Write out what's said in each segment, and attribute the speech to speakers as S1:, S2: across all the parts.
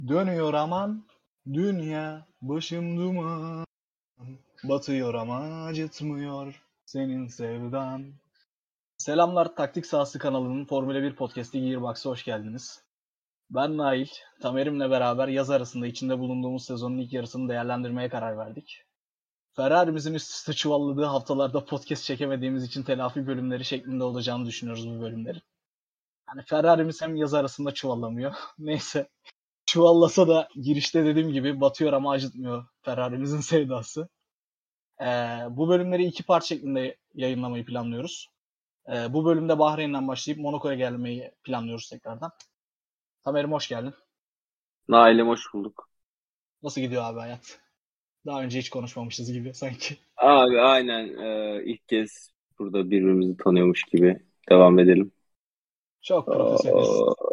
S1: Dönüyor aman dünya başım duman. Batıyor ama acıtmıyor senin sevdan. Selamlar, Taktik Sahası kanalının Formula 1 podcast'i Gearbox'a hoş geldiniz. Ben Nail, Tamer'imle beraber yaz arasında içinde bulunduğumuz sezonun ilk yarısını değerlendirmeye karar verdik. Ferrari'mizin üst üste çuvalladığı haftalarda podcast çekemediğimiz için telafi bölümleri şeklinde olacağını düşünüyoruz bu bölümlerin. Yani Ferrari'miz hem yaz arasında çuvallamıyor. Neyse. Çuvallasa da girişte dediğim gibi batıyor ama acıtmıyor Ferrari'mizin sevdası. Bu bölümleri iki part şeklinde yayınlamayı planlıyoruz. Bu bölümde Bahreyn'den başlayıp Monaco'ya gelmeyi planlıyoruz tekrardan. Tamer'im hoş geldin.
S2: Nail'im hoş bulduk.
S1: Nasıl gidiyor abi hayat? Daha önce hiç konuşmamışız gibi sanki.
S2: Abi aynen ilk kez burada birbirimizi tanıyormuş gibi devam edelim.
S1: Çok profesyoneliz.
S2: Aa,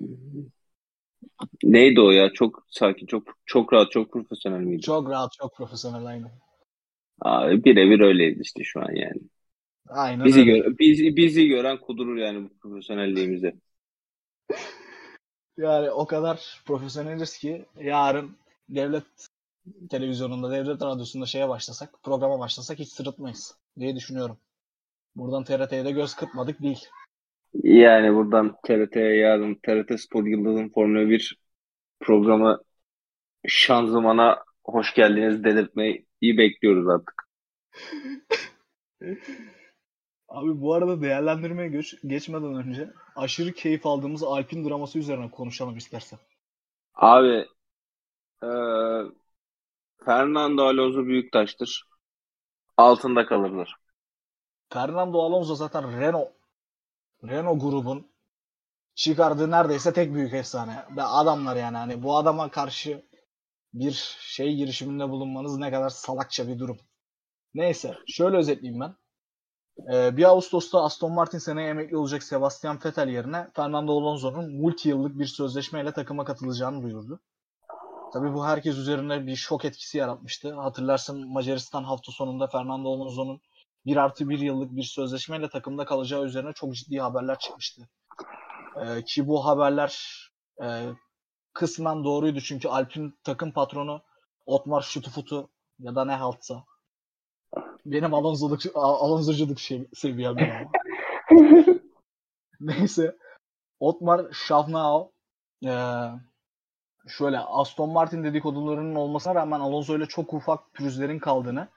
S2: neydi o ya? Çok sakin, çok rahat, çok profesyonel miydi?
S1: Çok rahat, çok profesyonel aynı.
S2: Abi birebir öyleydi işte şu an yani.
S1: Aynen öyle.
S2: Bizi gören kudurur yani bu profesyonelliğimize.
S1: Yani o kadar profesyoneliz ki yarın devlet televizyonunda, devlet radyosunda programa başlasak hiç sırıtmayız diye düşünüyorum. Buradan TRT'ye de göz kırpmadık değil.
S2: Yani buradan TRT'ye yarın TRT Spor Yıldız'ın Formula 1 programı şanzımana hoş geldiniz dedirtmeyi bekliyoruz artık.
S1: Abi bu arada değerlendirmeye geçmeden önce aşırı keyif aldığımız Alpine draması üzerine konuşalım istersen.
S2: Abi Fernando Alonso büyük taştır. Altında kalırlar.
S1: Fernando Alonso zaten Renault grubun çıkardığı neredeyse tek büyük efsane. Ve adamlar yani hani bu adama karşı bir girişiminde bulunmanız ne kadar salakça bir durum. Neyse şöyle özetleyeyim ben. 1 Ağustos'ta Aston Martin seneye emekli olacak Sebastian Vettel yerine Fernando Alonso'nun multi yıllık bir sözleşmeyle takıma katılacağını duyurdu. Tabii bu herkes üzerinde bir şok etkisi yaratmıştı. Hatırlarsın Macaristan hafta sonunda Fernando Alonso'nun 1+1 yıllık bir sözleşmeyle takımda kalacağı üzerine çok ciddi haberler çıkmıştı. Ki bu haberler e, kısmen doğruydu çünkü Alpine takım patronu Otmar Şutufutu ya da ne haltsa benim Alonso'culuk seviyemden ama. Neyse Otmar Şafnao şöyle Aston Martin dedikodularının olmasına rağmen Alonso ile çok ufak pürüzlerin kaldığını,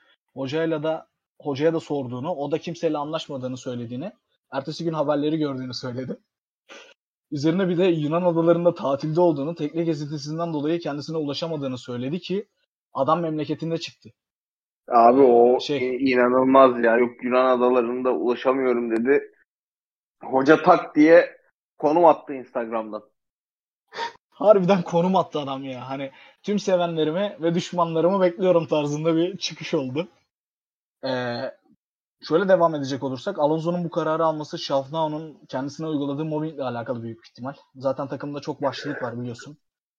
S1: hocaya da sorduğunu, o da kimseyle anlaşmadığını söylediğini, ertesi gün haberleri gördüğünü söyledi. Üzerine bir de Yunan adalarında tatilde olduğunu, tekne gezintisinden dolayı kendisine ulaşamadığını söyledi ki adam memleketinde çıktı.
S2: Abi o
S1: Şey
S2: inanılmaz ya. Yok Yunan adalarında ulaşamıyorum dedi. Hoca tak diye konum attı Instagram'dan.
S1: Harbiden konum attı adam ya. Hani tüm sevenlerimi ve düşmanlarımı bekliyorum tarzında bir çıkış oldu. Ee, Şöyle devam edecek olursak Alonso'nun bu kararı alması Şafnao'nun kendisine uyguladığı mobbingle alakalı büyük ihtimal. Zaten takımda çok başlılık var biliyorsun.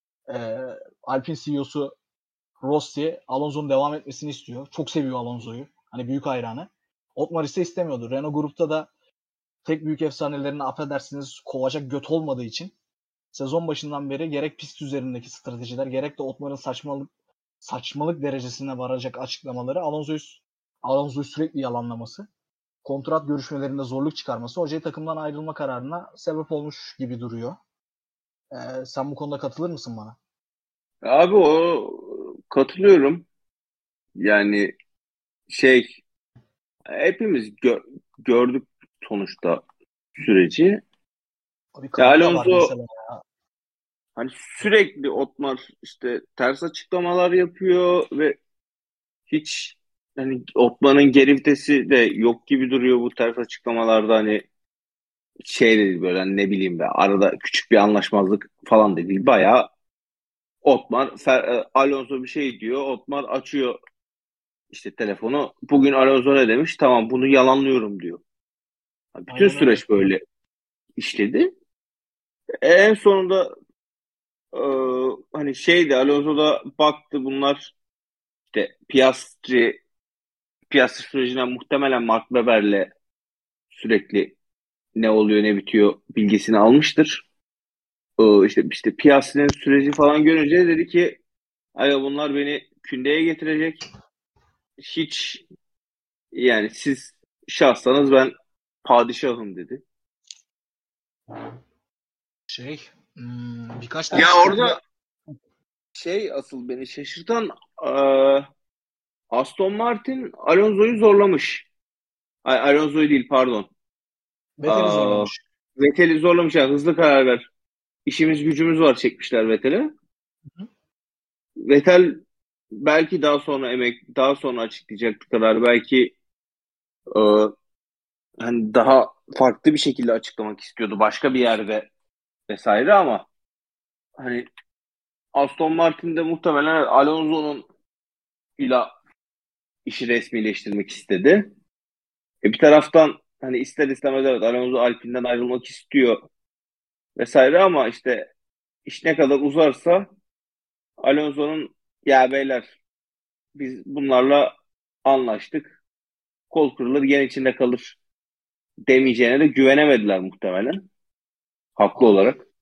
S1: Alpine CEO'su Rossi Alonso'nun devam etmesini istiyor. Çok seviyor Alonso'yu. Hani büyük hayranı. Otmar ise istemiyordu. Renault grupta da tek büyük efsanelerini affedersiniz kovacak göt olmadığı için sezon başından beri gerek pist üzerindeki stratejiler gerek de Otmar'ın saçmalık derecesine varacak açıklamaları Alonso'yu sürekli yalanlaması, kontrat görüşmelerinde zorluk çıkarması hocayı takımdan ayrılma kararına sebep olmuş gibi duruyor. Sen bu konuda katılır mısın bana?
S2: Abi o katılıyorum. Yani şey hepimiz gördük sonuçta süreci.
S1: Abi
S2: Ya
S1: kanı da var
S2: Alonso
S1: mesela.
S2: hani sürekli Otmar işte ters açıklamalar yapıyor ve hiç hani Otman'ın geri vitesi de yok gibi duruyor bu ters açıklamalarda hani şey de değil böyle hani ne bileyim be arada küçük bir anlaşmazlık falan da değil. Bayağı Alonso bir şey diyor. Otmar açıyor işte telefonu. Bugün Alonso ne demiş? Tamam bunu yalanlıyorum diyor. Bütün
S1: Aynen öyle.
S2: süreç böyle işledi. En sonunda e, hani şeydi Alonso da baktı bunlar işte Piastri sürecine muhtemelen Mark Webber'le sürekli ne oluyor ne bitiyor bilgisini almıştır. işte Piastri'nin süreci falan görünce dedi ki aga bunlar beni kündeye getirecek. Hiç yani siz şahsanız ben padişahım dedi.
S1: Birkaç tane
S2: Ya
S1: speküle...
S2: orada asıl beni şaşırtan eee, Aston Martin Alonso'yu zorlamış. Alonso'yu değil pardon.
S1: Vettel'i
S2: Aa,
S1: zorlamış.
S2: Vettel'i zorlamış ya hızlı karar ver. İşimiz gücümüz var çekmişler Vettel'e.
S1: Hı.
S2: Vettel belki daha sonra açıklayacak bir karar. Belki e, hani daha farklı bir şekilde açıklamak istiyordu başka bir yerde vesaire ama hani Aston Martin'de muhtemelen evet, Alonso'nun ile işi resmileştirmek istedi. Bir taraftan hani ister istemez evet Alonso Alpine'den ayrılmak istiyor vesaire ama işte iş ne kadar uzarsa Alonso'nun ya beyler biz bunlarla anlaştık. Kol kırılır gen içinde kalır demeyeceğine de güvenemediler muhtemelen. Haklı
S1: Abi
S2: olarak.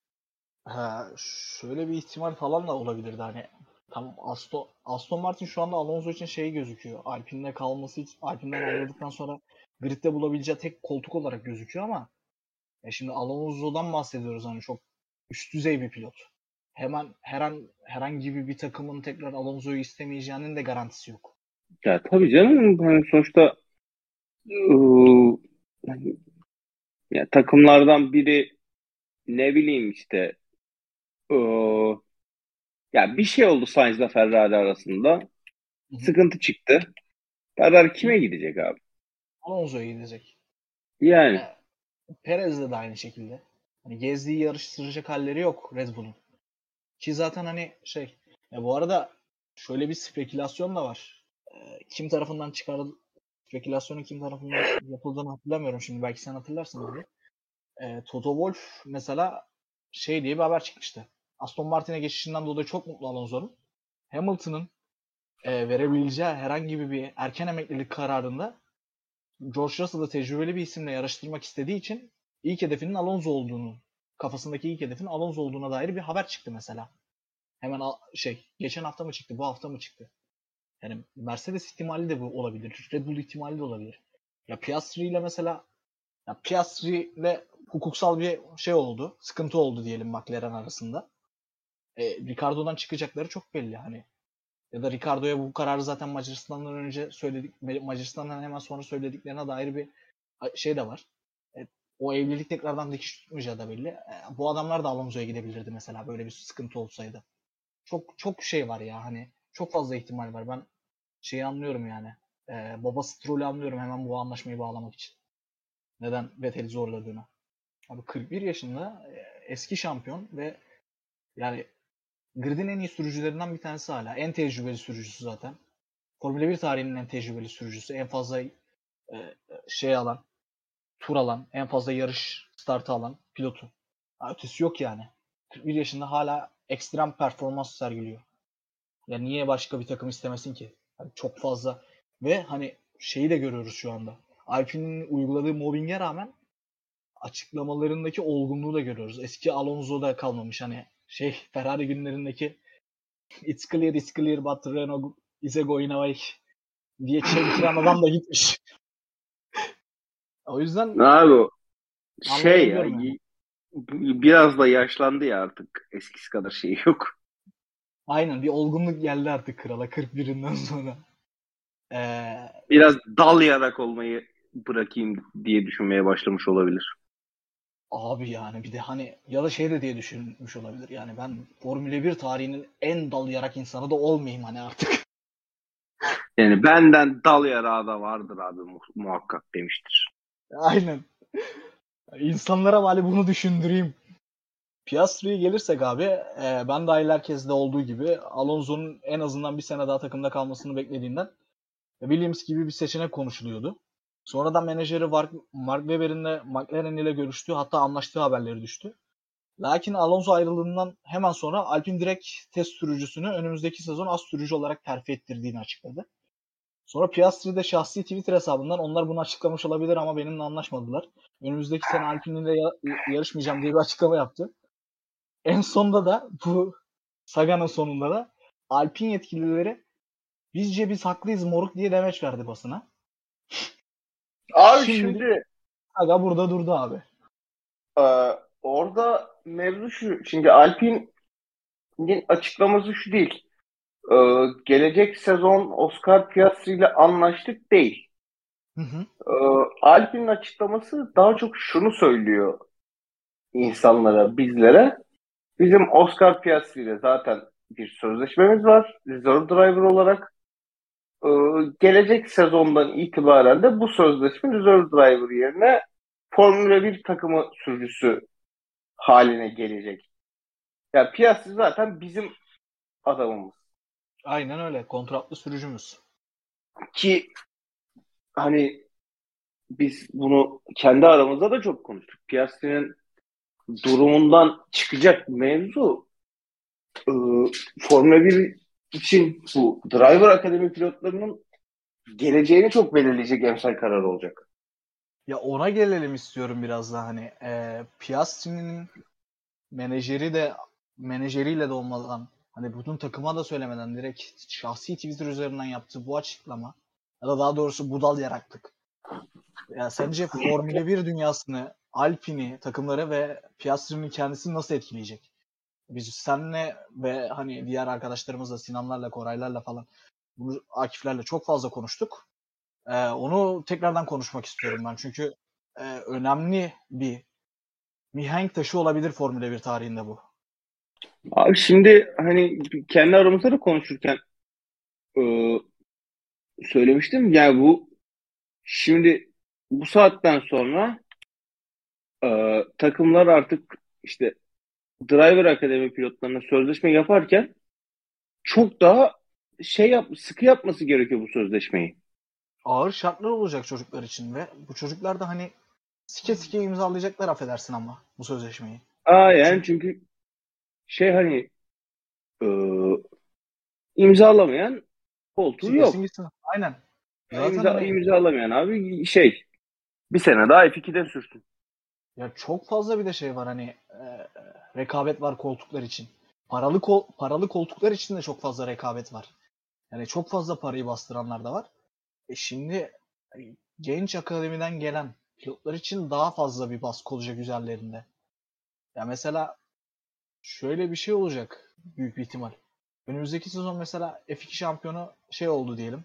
S1: şöyle bir ihtimal falan da olabilirdi hani. Tam Aston Martin şu anda Alonso için şey gözüküyor. Alpine'de kalması için Alpine'den ayrıldıktan sonra gridde bulabileceği tek koltuk olarak gözüküyor ama şimdi Alonso'dan bahsediyoruz hani çok üst düzey bir pilot. Hemen herhangi bir takımın tekrar Alonso'yu istemeyeceğinin de garantisi yok.
S2: Ya tabii canım hani sonuçta ıı, yani, ya takımlardan biri ne bileyim işte ıı, ya bir şey oldu Sainz'la Ferrari arasında.
S1: Hı hı.
S2: Sıkıntı çıktı. Ferrari kime gidecek abi?
S1: Alonso'ya gidecek.
S2: Yani
S1: E, Perez'de de aynı şekilde. Hani gezdiği yarıştıracak halleri yok Red Bull'un. Ki zaten hani bu arada şöyle bir spekülasyon da var. Kim tarafından çıkarıldı spekülasyonun kim tarafından yapıldığını hatırlamıyorum şimdi belki sen hatırlarsın diye. Toto Wolff mesela şey diye bir haber çıkmıştı. Aston Martin'e geçişinden dolayı çok mutlu Alonso'nun. Hamilton'ın verebileceği herhangi bir erken emeklilik kararında George Russell'ı tecrübeli bir isimle yarıştırmak istediği için ilk hedefinin Alonso olduğunu, kafasındaki ilk hedefin Alonso olduğuna dair bir haber çıktı mesela. Hemen geçen hafta mı çıktı, bu hafta mı çıktı? Yani Mercedes ihtimali de bu olabilir. Red Bull ihtimali de olabilir. Ya Piastri ile mesela Piastri ile hukuksal bir şey oldu. Sıkıntı oldu diyelim McLaren arasında. Ricardo'dan çıkacakları çok belli hani. Ya da Ricardo'ya bu kararı zaten Macaristan'dan önce Macaristan'dan hemen sonra söylediklerine dair bir şey de var. E, O evlilik tekrardan dikiş tutmayacağı da belli. Bu adamlar da Alonso'ya gidebilirdi mesela böyle bir sıkıntı olsaydı. Çok çok şey var ya hani çok fazla ihtimal var. Ben şeyi anlıyorum yani. Baba Stroll'ü anlıyorum hemen bu anlaşmayı bağlamak için. Neden Vettel'i zorladığını. Abi 41 yaşında eski şampiyon ve yani gridin en iyi sürücülerinden bir tanesi hala. En tecrübeli sürücüsü zaten. Formula 1 tarihinin en tecrübeli sürücüsü. En fazla alan, tur alan, en fazla yarış startı alan pilotu. Ötesi yok yani. 41 yaşında hala ekstrem performans sergiliyor. Ya niye başka bir takım istemesin ki? Yani çok fazla ve hani şeyi de görüyoruz şu anda. Alpine'in uyguladığı mobbinge rağmen açıklamalarındaki olgunluğu da görüyoruz. Eski Alonso'da kalmamış hani Ferrari günlerindeki it's clear but Renault is going away diye çemkiren adam da gitmiş. O yüzden
S2: abi ya
S1: anlayabiliyorum yani.
S2: biraz da yaşlandı ya artık eskisi kadar şey yok.
S1: Aynen bir olgunluk geldi artık krala 41'inden sonra. Ee,
S2: Biraz dal yarak olmayı bırakayım diye düşünmeye başlamış olabilir.
S1: Abi yani bir de hani ya da şey de diye düşünmüş olabilir. Yani ben Formula 1 tarihinin en dal yarak insanı da olmayayım hani artık.
S2: Yani benden dal yarağı da vardır abi muhakkak demiştir.
S1: Aynen. İnsanlara bari bunu düşündüreyim. Piastri'ye gelirsek abi ben dahil herkeste olduğu gibi Alonso'nun en azından bir sene daha takımda kalmasını beklediğinden Williams gibi bir seçenek konuşuluyordu. Sonradan menajeri Mark Webber'in de McLaren ile görüştüğü hatta anlaştığı haberleri düştü. Lakin Alonso ayrılığından hemen sonra Alpine direkt test sürücüsünü önümüzdeki sezon az sürücü olarak terfi ettirdiğini açıkladı. Sonra Piastri de şahsi Twitter hesabından onlar bunu açıklamış olabilir ama benimle anlaşmadılar. Önümüzdeki sene Alpine'le yarışmayacağım diye bir açıklama yaptı. En sonunda da bu saganın sonunda da Alpine yetkilileri bizce biz haklıyız moruk diye demeç verdi basına.
S2: Abi
S1: Şimdi
S2: şimdi
S1: saga burada durdu abi.
S2: e, orada mevzu şu. Şimdi Alpine'in açıklaması şu değil. E, Gelecek sezon Oscar Piastri ile anlaştık değil.
S1: Hı hı.
S2: E, Alpine'in açıklaması daha çok şunu söylüyor insanlara, bizlere. Bizim Oscar Piastri ile zaten bir sözleşmemiz var. Reserve driver olarak. Ee, Gelecek sezondan itibaren de bu sözleşme Reserve driver yerine Formula 1 takımı sürücüsü haline gelecek. Ya Piastri zaten bizim adamımız.
S1: Aynen öyle. Kontratlı sürücümüz.
S2: Ki hani biz bunu kendi aramızda da çok konuştuk. Piastri'nin durumundan çıkacak mevzu e, Formula 1 için bu Driver Akademi pilotlarının geleceğini çok belirleyecek emsal karar olacak.
S1: Ya ona gelelim istiyorum biraz da hani Piastri'nin menajeriyle de olmadan hani bütün takıma da söylemeden direkt şahsi Twitter üzerinden yaptığı bu açıklama ya da daha doğrusu budal yarattık. Ya sence Formula 1 dünyasını, Alpine'i, takımları ve Piastri'nin kendisini nasıl etkileyecek? Biz seninle ve hani diğer arkadaşlarımızla, Sinanlarla, Koraylarla falan, bunu Akiflerle çok fazla konuştuk. Onu tekrardan konuşmak istiyorum ben. Çünkü önemli bir mihenk taşı olabilir Formula 1 tarihinde bu.
S2: Abi şimdi hani kendi aramızda da konuşurken e, söylemiştim. Yani bu şimdi bu saatten sonra takımlar artık işte Driver Akademi pilotlarına sözleşme yaparken çok daha sıkı yapması gerekiyor bu sözleşmeyi.
S1: Ağır şartlar olacak çocuklar için ve bu çocuklar da hani sike sike imzalayacaklar affedersin ama bu sözleşmeyi.
S2: Yani
S1: Çünkü
S2: çünkü hani e, imzalamayan koltuğu
S1: siklesin
S2: yok.
S1: gitsin. Aynen.
S2: Yani
S1: Zaten hani
S2: imzalamayan abi bir sene daha F2'de sürsün.
S1: ya çok fazla bir de şey var hani rekabet var koltuklar için. Paralı koltuklar için de çok fazla rekabet var. Yani çok fazla parayı bastıranlar da var. Şimdi genç akademiden gelen pilotlar için daha fazla bir baskı olacak üzerlerinde. Ya mesela şöyle bir şey olacak büyük bir ihtimal. Önümüzdeki sezon mesela F2 şampiyonu şey oldu diyelim.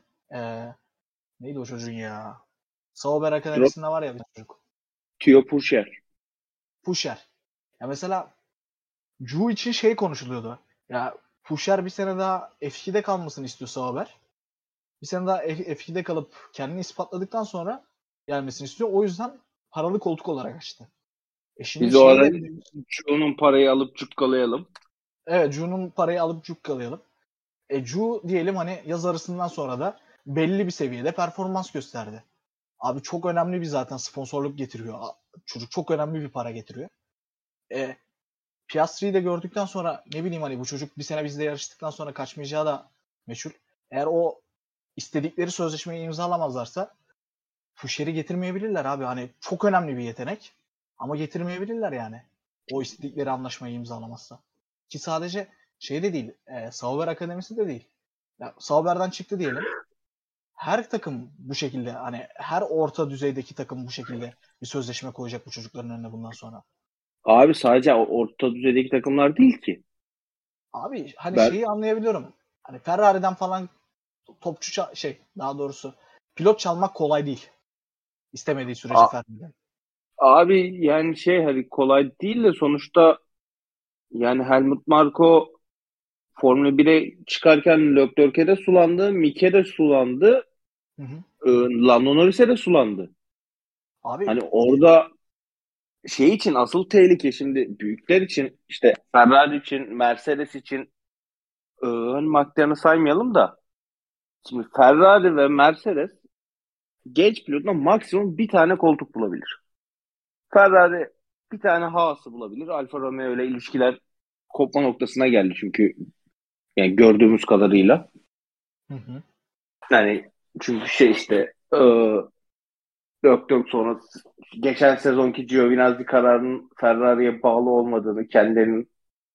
S1: Neydi o çocuğun ya? Sauber Akademisi'nde var ya bir çocuk.
S2: Tüyo Purşer.
S1: Pusher. Ya mesela Ju için şey konuşuluyordu. Ya Pusher bir sene daha F2'de kalmasını istiyor Sauber. Bir sene daha F2'de kalıp kendini ispatladıktan sonra gelmesini istiyor. O yüzden paralı koltuk olarak açtı. Şimdi
S2: Biz o
S1: şeyi
S2: ara
S1: de biliyorsun.
S2: onun parayı alıp cukkalayalım.
S1: Evet, Ju'nun parayı alıp cukkalayalım. Ju diyelim hani yaz arasından sonra da belli bir seviyede performans gösterdi. Abi çok önemli bir zaten sponsorluk getiriyor. Çocuk çok önemli bir para getiriyor. E, Piastri'yi de gördükten sonra ne bileyim hani bu çocuk bir sene bizde yarıştıktan sonra kaçmayacağı da meçhul. Eğer o istedikleri sözleşmeyi imzalamazlarsa Fuşer'i getirmeyebilirler abi. Hani çok önemli bir yetenek. Ama getirmeyebilirler yani. O istedikleri anlaşmayı imzalamazsa. Ki sadece şey de değil. Sauber Akademisi de değil. Ya, Sauber'den çıktı diyelim. Her takım bu şekilde hani her orta düzeydeki takım bu şekilde bir sözleşme koyacak bu çocukların önüne bundan sonra.
S2: Abi sadece orta düzeydeki takımlar değil ki.
S1: Abi hani
S2: Ben
S1: şeyi anlayabiliyorum. Hani Ferrari'den falan topçu daha doğrusu pilot çalmak kolay değil. İstemediği sürece
S2: a-
S1: Ferrari'den.
S2: abi yani hani kolay değil de sonuçta yani Helmut Marko Formula 1'e çıkarken Leclerc'e de sulandı, Mick'e de sulandı,
S1: Hı hı.
S2: Lando Norris'e de sulandı.
S1: Abi
S2: Hani orada için asıl tehlike şimdi büyükler için işte Ferrari için, Mercedes için hani McLaren'ı saymayalım da şimdi Ferrari ve Mercedes genç pilotuna maksimum bir tane koltuk bulabilir. Ferrari bir tane Haas'ı bulabilir. Alfa Romeo ile ilişkiler kopma noktasına geldi çünkü yani gördüğümüz kadarıyla.
S1: hı hı.
S2: Yani çünkü dört dört sonra geçen sezonki Giovinazzi kararının Ferrari'ye bağlı olmadığını kendilerinin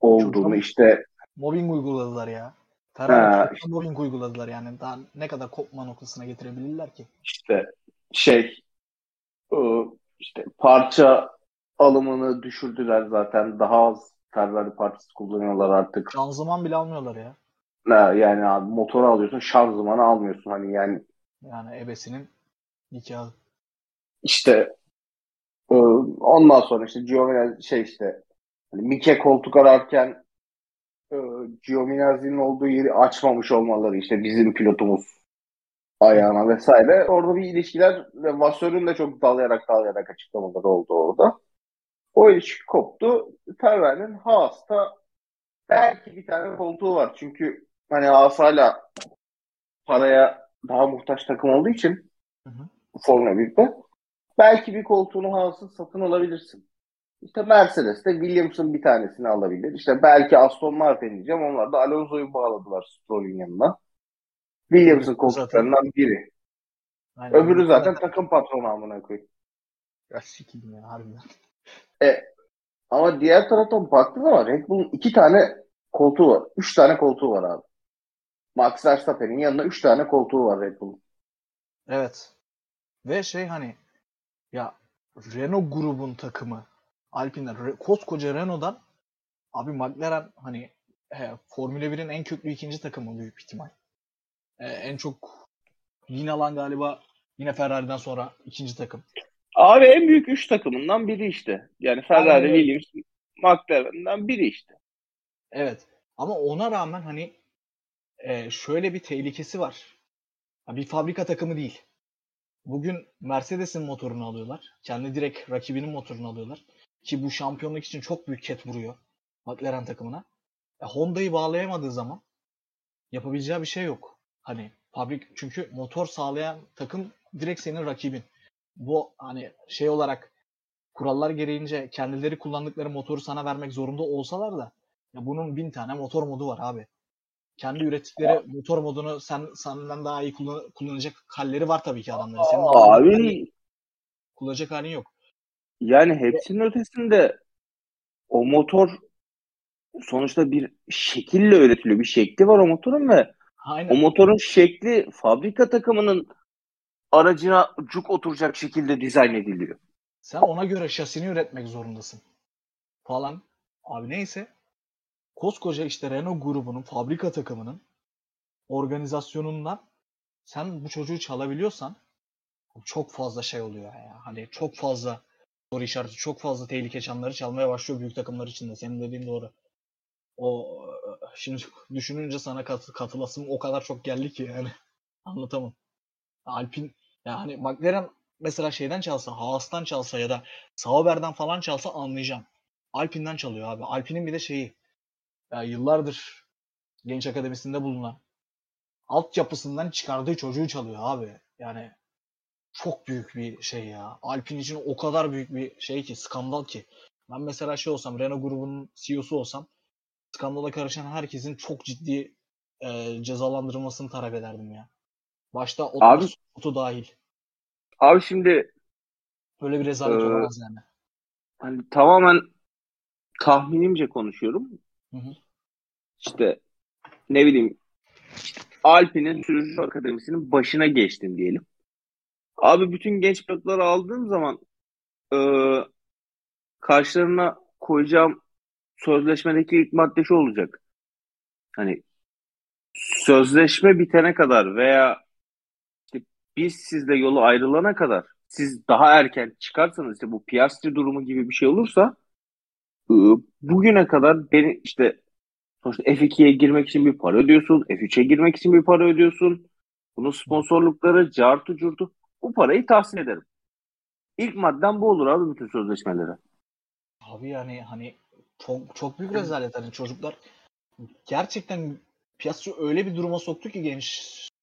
S2: olduğunu
S1: Çocuğa
S2: işte
S1: mobbing uyguladılar ya. Ferrari
S2: ha,
S1: çocuğa mobbing uyguladılar yani. Daha ne kadar kopma noktasına getirebilirler ki?
S2: işte şey e, işte parça alımını düşürdüler zaten. Daha az Ferrari parçası kullanıyorlar artık.
S1: Şanzıman bile almıyorlar ya.
S2: Yani abi motoru alıyorsun, şanzımanı almıyorsun. Hani yani
S1: Yani ebesinin nikahı.
S2: işte ondan sonra işte Giovinazzi işte hani Mike koltuk ararken e, Giovinazzi'nin olduğu yeri açmamış olmaları işte bizim pilotumuz ayağına vesaire. Orada bir ilişkiler ve Vasseur'ün de çok dalayarak açıklamaları oldu orada. O ilişki koptu. Ferrari'nin Haas'ta belki bir tane koltuğu var. Çünkü hani Haas hala paraya daha muhtaç takım olduğu için
S1: Hı hı.
S2: Formula 1'de belki bir koltuğunu Haas'ın satın alabilirsin. İşte Mercedes de Williams'ın bir tanesini alabilir. İşte belki Aston Martin diyeceğim. Onlar da Alonso'yu bağladılar Stroll'ün yanına. Williams'ın
S1: Öbürü zaten
S2: koltuklarından biri.
S1: aynen
S2: Öbürü
S1: öbürü
S2: zaten
S1: zaten
S2: takım patronu amına koyayım.
S1: ya sikiyim ya harbiden.
S2: E, ama diğer taraftan baktığın zaman Red Bull'un iki tane koltuğu var. Üç tane koltuğu var abi. Max Verstappen'in yanında üç tane koltuğu var Red Bull'un.
S1: Evet. Ve şey hani ya Renault grubun takımı Alpine'den koskoca Renault'dan abi McLaren hani Formula 1'in en köklü ikinci takımı büyük ihtimal. En çok win alan galiba yine Ferrari'den sonra ikinci takım.
S2: Abi en büyük üç takımından biri işte. Yani
S1: Aynen
S2: Ferrari,
S1: öyle.
S2: Williams, McLaren'dan biri işte.
S1: Evet. Ama ona rağmen hani şöyle bir tehlikesi var. Ha, bir fabrika takımı değil. Bugün Mercedes'in motorunu alıyorlar. Kendi direkt rakibinin motorunu alıyorlar. Ki bu şampiyonluk için çok büyük ket vuruyor McLaren takımına. Honda'yı bağlayamadığı zaman yapabileceği bir şey yok. Hani çünkü motor sağlayan takım direkt senin rakibin. Bu hani şey olarak kurallar gereğince kendileri kullandıkları motoru sana vermek zorunda olsalar da ya bunun 1000 tane motor modu var abi. Kendi ürettikleri motor modunu senden daha iyi kullanacak halleri var tabii ki adamların. Senin daha
S2: Abi
S1: daha iyi kullanacak halin yok.
S2: yani
S1: Ve
S2: hepsinin ötesinde o motor sonuçta bir şekille üretiliyor. Bir şekli var o motorun ve o
S1: aynen.
S2: motorun şekli fabrika takımının aracına cuk oturacak şekilde dizayn ediliyor.
S1: Sen ona göre şasini üretmek zorundasın falan. Abi neyse. Koskoca işte Renault grubunun fabrika takımının organizasyonundan sen bu çocuğu çalabiliyorsan çok fazla şey oluyor ya. Hani çok fazla soru işareti, çok fazla tehlike çanları çalmaya başlıyor büyük takımlar için de. Senin dediğin doğru. O şimdi düşününce sana katılasım o kadar çok geldi ki yani. Anlatamam. Alpin yani McLaren mesela şeyden çalsa, Haas'tan çalsa ya da Sauber'den falan çalsa anlayacağım. Alpine'den çalıyor abi. Alpine'in bir de şeyi ya yıllardır genç akademisinde bulunan altyapısından çıkardığı çocuğu çalıyor abi. Yani çok büyük bir şey ya. Alpine için o kadar büyük bir şey ki, skandal ki. Ben mesela şey olsam, Renault grubunun CEO'su olsam skandala karışan herkesin çok ciddi cezalandırılmasını talep ederdim ya. Başta Otmar
S2: Abi
S1: Sutu dahil.
S2: şimdi
S1: Böyle bir rezalet
S2: e,
S1: olamaz yani.
S2: hani tamamen tahminimce konuşuyorum.
S1: Hı hı.
S2: İşte ne bileyim Alpine'in sürücü akademisinin başına geçtin diyelim. Abi bütün genç pilotları aldığım zaman e, karşılarına koyacağım sözleşmedeki ilk madde şu olacak. Hani sözleşme bitene kadar veya işte biz sizle yolu ayrılana kadar siz daha erken çıkarsanız işte bu Piastri durumu gibi bir şey olursa e, bugüne kadar beni işte sonuçta F2'ye girmek için bir para ödüyorsun, F3'e girmek için bir para ödüyorsun. Bunun sponsorlukları, cartı curtu bu parayı tahsil ederim. İlk madden bu olur abi bütün sözleşmelere.
S1: Abi yani hani çok çok büyük rezalet. Hani çocuklar gerçekten piyasayı öyle bir duruma soktu ki genç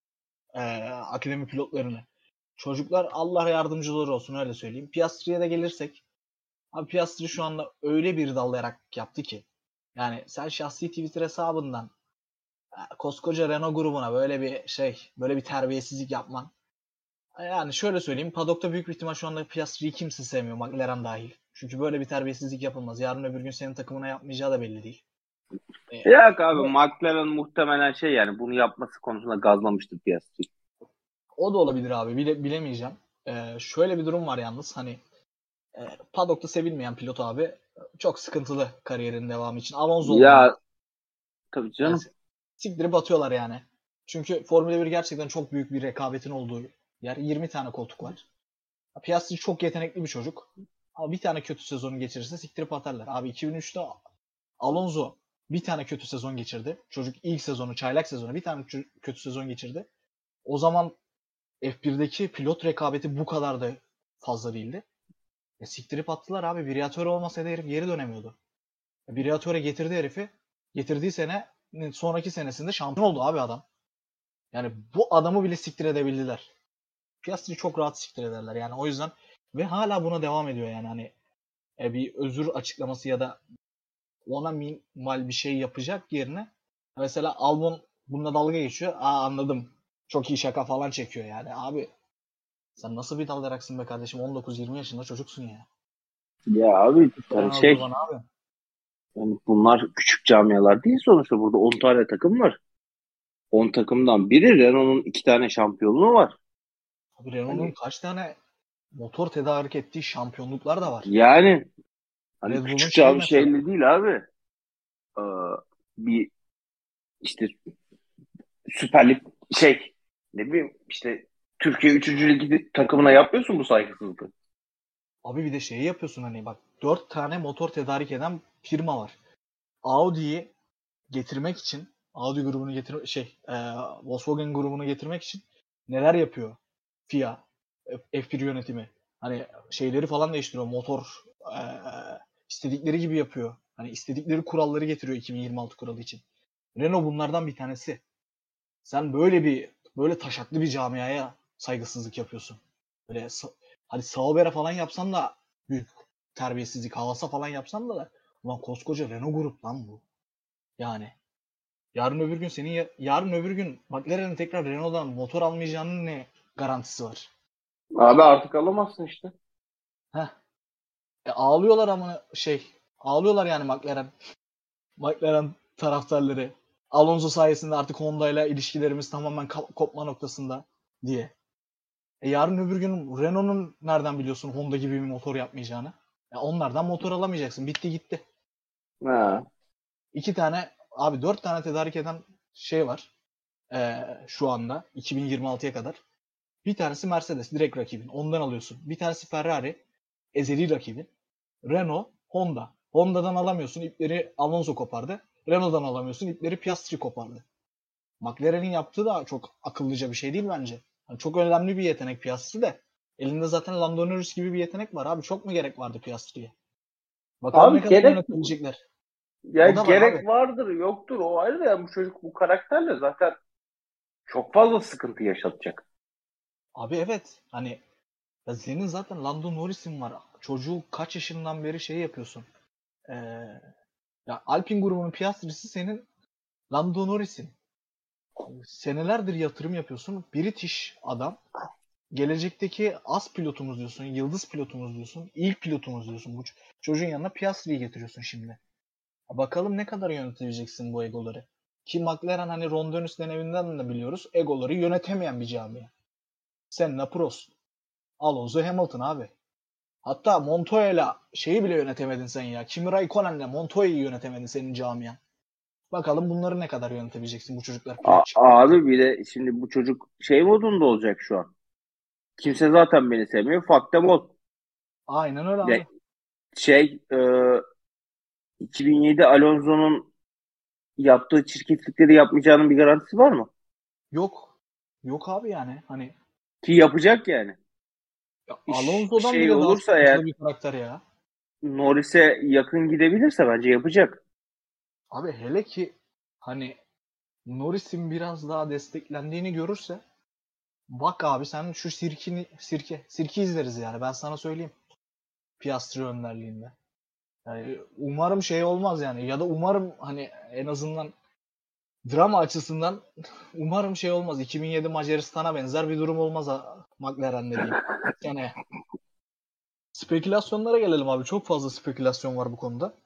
S1: akademi pilotlarını. Çocuklar Allah yardımcıları olsun öyle söyleyeyim. Piastri'ye de gelirsek abi Piastri şu anda öyle bir dallayarak yaptı ki. Yani sen şahsi Twitter hesabından koskoca Renault grubuna böyle bir şey, böyle bir terbiyesizlik yapman. Yani şöyle söyleyeyim. Paddock'ta büyük bir ihtimal şu anda Piastri'yi kimse sevmiyor. McLaren dahil. Çünkü böyle bir terbiyesizlik yapılmaz. Yarın öbür gün senin takımına yapmayacağı da belli değil.
S2: Yok abi,
S1: Ama
S2: McLaren muhtemelen yani bunu yapması konusunda gazlamıştır Piastri'yi.
S1: o da olabilir abi. Bilemeyeceğim. Şöyle bir durum var yalnız. Hani paddock'ta sevilmeyen pilot abi çok sıkıntılı kariyerin devamı için. Alonso oldu.
S2: Ya tabii
S1: Yani
S2: canım.
S1: siktirip atıyorlar yani. Çünkü Formula 1 gerçekten çok büyük bir rekabetin olduğu yer. 20 tane koltuk var. Piastri çok yetenekli bir çocuk. Ama bir tane kötü sezonu geçirirse siktirip atarlar. Abi 2003'te Alonso bir tane kötü sezon geçirdi. Çocuk ilk sezonu, çaylak sezonu bir tane kötü sezon geçirdi. O zaman F1'deki pilot rekabeti bu kadar da fazla değildi. Siktirip attılar abi. Briatore olmasaydı herif geri dönemiyordu. Briatore getirdi herifi. Getirdiği sene sonraki senesinde şampiyon oldu abi adam. Yani bu adamı bile siktir edebildiler. Piastri'yi çok rahat siktir ederler yani o yüzden ve hala buna devam ediyor yani hani bir özür açıklaması ya da ona minimal bir şey yapacak yerine mesela Albon bununla dalga geçiyor. Anladım. Çok iyi şaka falan çekiyor yani. Abi sen nasıl bir dalacaksın be kardeşim? 19-20 yaşında çocuksun ya.
S2: Ya abi
S1: En
S2: hani
S1: az abi.
S2: yani bunlar küçük camialar değil sonuçta, burada 10 tane takım var. 10 takımdan biri Renault'un 2 tane şampiyonluğu var.
S1: Abi Renault'un
S2: Hani
S1: kaç tane motor tedarik ettiği şampiyonluklar da var.
S2: yani hani
S1: Red Bull'un
S2: küçük
S1: şey
S2: cami
S1: mesela.
S2: şeyli değil abi. Ee, bir işte Süper Lig ne bileyim işte Türkiye 3. Ligi takımına yapıyorsun bu saygısızlığı.
S1: Abi bir de şeyi yapıyorsun hani bak 4 tane motor tedarik eden firma var. Audi'yi getirmek için Audi grubunu Volkswagen grubunu getirmek için neler yapıyor FIA F1 yönetimi. Hani şeyleri falan değiştiriyor. Motor e, istedikleri gibi yapıyor. Hani istedikleri kuralları getiriyor 2026 kuralı için. Renault bunlardan bir tanesi. Sen böyle taşaklı bir camiaya saygısızlık yapıyorsun. Böyle hani Sauber'e falan yapsan da büyük terbiyesizlik, Havas'a falan yapsan da ulan koskoca Renault grup lan bu. Yani yarın öbür gün McLaren'in tekrar Renault'dan motor almayacağının ne garantisi var?
S2: Abi artık alamazsın işte.
S1: Heh. Ağlıyorlar ama ağlıyorlar yani McLaren taraftarları. Alonso sayesinde artık Honda ile ilişkilerimiz tamamen kopma noktasında diye. Yarın öbür gün Renault'un nereden biliyorsun Honda gibi bir motor yapmayacağını? Onlardan motor alamayacaksın. Bitti gitti.
S2: Ha.
S1: Dört tane tedarik eden şey var. Şu anda 2026'ya kadar. Bir tanesi Mercedes direkt rakibin. Ondan alıyorsun. Bir tanesi Ferrari ezeli rakibin. Renault, Honda. Honda'dan alamıyorsun. İpleri Alonso kopardı. Renault'dan alamıyorsun. İpleri Piastri kopardı. McLaren'in yaptığı da çok akıllıca bir şey değil bence. Yani çok önemli bir yetenek Piastri de. Elinde zaten Lando Norris gibi bir yetenek var abi. Çok mu gerek vardı Piastri'ye? Bakalım ne
S2: Abi
S1: kadar
S2: gerek
S1: yönetebilecekler.
S2: ya
S1: O da var abi.
S2: gerek vardır yoktur, o ayrı da, yani bu çocuk bu karakterle zaten çok fazla sıkıntı yaşatacak.
S1: Abi evet. Hani ya senin zaten Lando Norris'in var. Çocuğu kaç yaşından beri şey yapıyorsun. Ee, ya Alpine grubunun Piastri'si senin Lando Norris'in. Senelerdir yatırım yapıyorsun. British adam. Gelecekteki as pilotumuz diyorsun. Yıldız pilotumuz diyorsun. İlk pilotumuz diyorsun. Bu çocuğun yanına Piastri'yi getiriyorsun şimdi. Bakalım ne kadar yönetebileceksin bu egoları. Ki McLaren hani Ron Dennis'den evinden de biliyoruz. Egoları yönetemeyen bir camia. Senna Prost. Alonso Hamilton abi. Hatta Montoya'yla şeyi bile yönetemedin sen ya. Kimi Raikkonen'le Montoya'yı yönetemedin senin camian. Bakalım bunları ne kadar yönetebileceksin bu çocuklar pilot çıktıkça.
S2: Abi bir de şimdi bu çocuk modunda olacak şu an. Kimse zaten beni sevmiyor. Fuck them all.
S1: Aynen öyle
S2: Ya
S1: abi.
S2: şey e, 2007 Alonso'nun yaptığı çirkeflikleri yapmayacağının bir garantisi var mı?
S1: Yok. Yok abi yani. Hani
S2: Ki yapacak yani.
S1: ya
S2: İş
S1: Alonso'dan bile daha
S2: olursa eğer,
S1: sıkıntılı bir karakter ya.
S2: Norris'e yakın gidebilirse bence yapacak.
S1: Abi hele ki hani Norris'in biraz daha desteklendiğini görürse bak abi sen şu sirki izleriz yani ben sana söyleyeyim. Piastri önderliğinde. Yani umarım şey olmaz yani ya da umarım hani en azından drama açısından umarım şey olmaz. 2007 Macaristan'a benzer bir durum olmaz McLaren'de diyeyim. Yani spekülasyonlara gelelim abi. Çok fazla spekülasyon var bu konuda.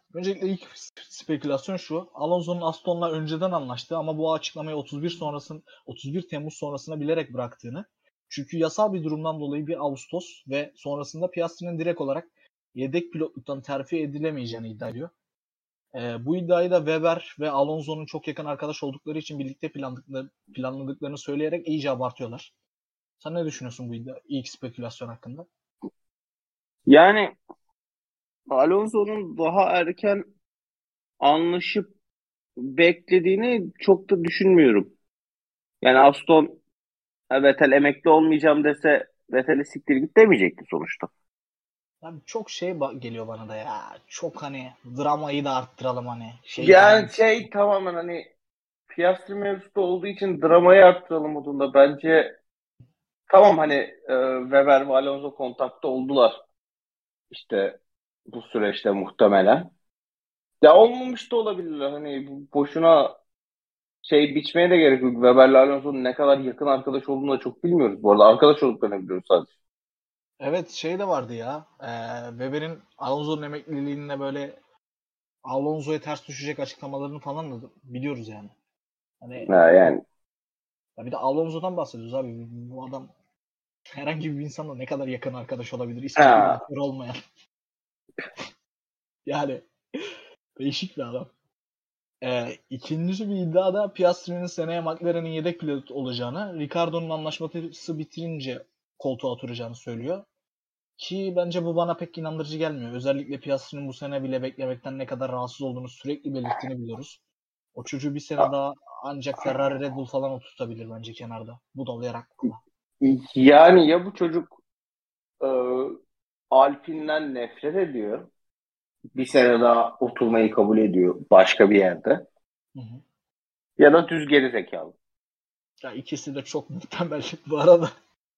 S1: Öncelikle ilk spekülasyon şu. Alonso'nun Aston'la önceden anlaştığı ama bu açıklamayı 31 Temmuz sonrasına bilerek bıraktığını. Çünkü yasal bir durumdan dolayı 1 Ağustos ve sonrasında Piastri'nin direkt olarak yedek pilotluktan terfi edilemeyeceğini iddia ediyor. Bu iddiayı da Weber ve Alonso'nun çok yakın arkadaş oldukları için birlikte planladıklarını söyleyerek iyice abartıyorlar. Sen ne düşünüyorsun bu ilk spekülasyon hakkında?
S2: Yani Alonso'nun daha erken anlaşıp beklediğini çok da düşünmüyorum. Yani Aston Vettel emekli olmayacağım dese Vettel'e siktir git demeyecekti sonuçta.
S1: Abi çok geliyor bana da ya. Çok hani dramayı da arttıralım hani.
S2: Yani tamamen hani Piastri mevzusu olduğu için dramayı arttıralım modunda. Bence tamam hani Weber ve Alonso kontakta oldular işte bu süreçte muhtemelen. Ya olmamış da olabilirler. Hani boşuna biçmeye de gerek yok. Weber'le Alonso'nun ne kadar yakın arkadaş olduğunu da çok bilmiyoruz bu arada. Arkadaş olduklarını biliyoruz sadece.
S1: Evet de vardı ya. Weber'in Alonso'nun emekliliğinde böyle Alonso'ya ters düşecek açıklamalarını falan da biliyoruz yani. Hani
S2: Ha, yani.
S1: ya bir de Alonso'dan bahsediyoruz abi. Bu adam herhangi bir insanla ne kadar yakın arkadaş olabilir? İsmi bir
S2: Ha.
S1: motor olmayan. Yani değişik bir adam. İkincisi bir iddiada Piastri'nin seneye McLaren'in yedek pilot olacağını, Ricardo'nun anlaşması bitirince koltuğa oturacağını söylüyor. Ki bence bu bana pek inandırıcı gelmiyor. Özellikle Piastri'nin bu sene bile beklemekten ne kadar rahatsız olduğunu sürekli belirttiğini biliyoruz. O çocuğu bir sene daha ancak Ferrari, Red Bull falan oturtabilir bence kenarda. Budalayarak falan.
S2: Yani ya bu çocuk e, Alpine'den nefret ediyor. Bir sene daha oturmayı kabul ediyor başka bir yerde.
S1: Hı hı.
S2: Ya da düz geri zekalı.
S1: Ya ikisi de çok muhtemel bu arada.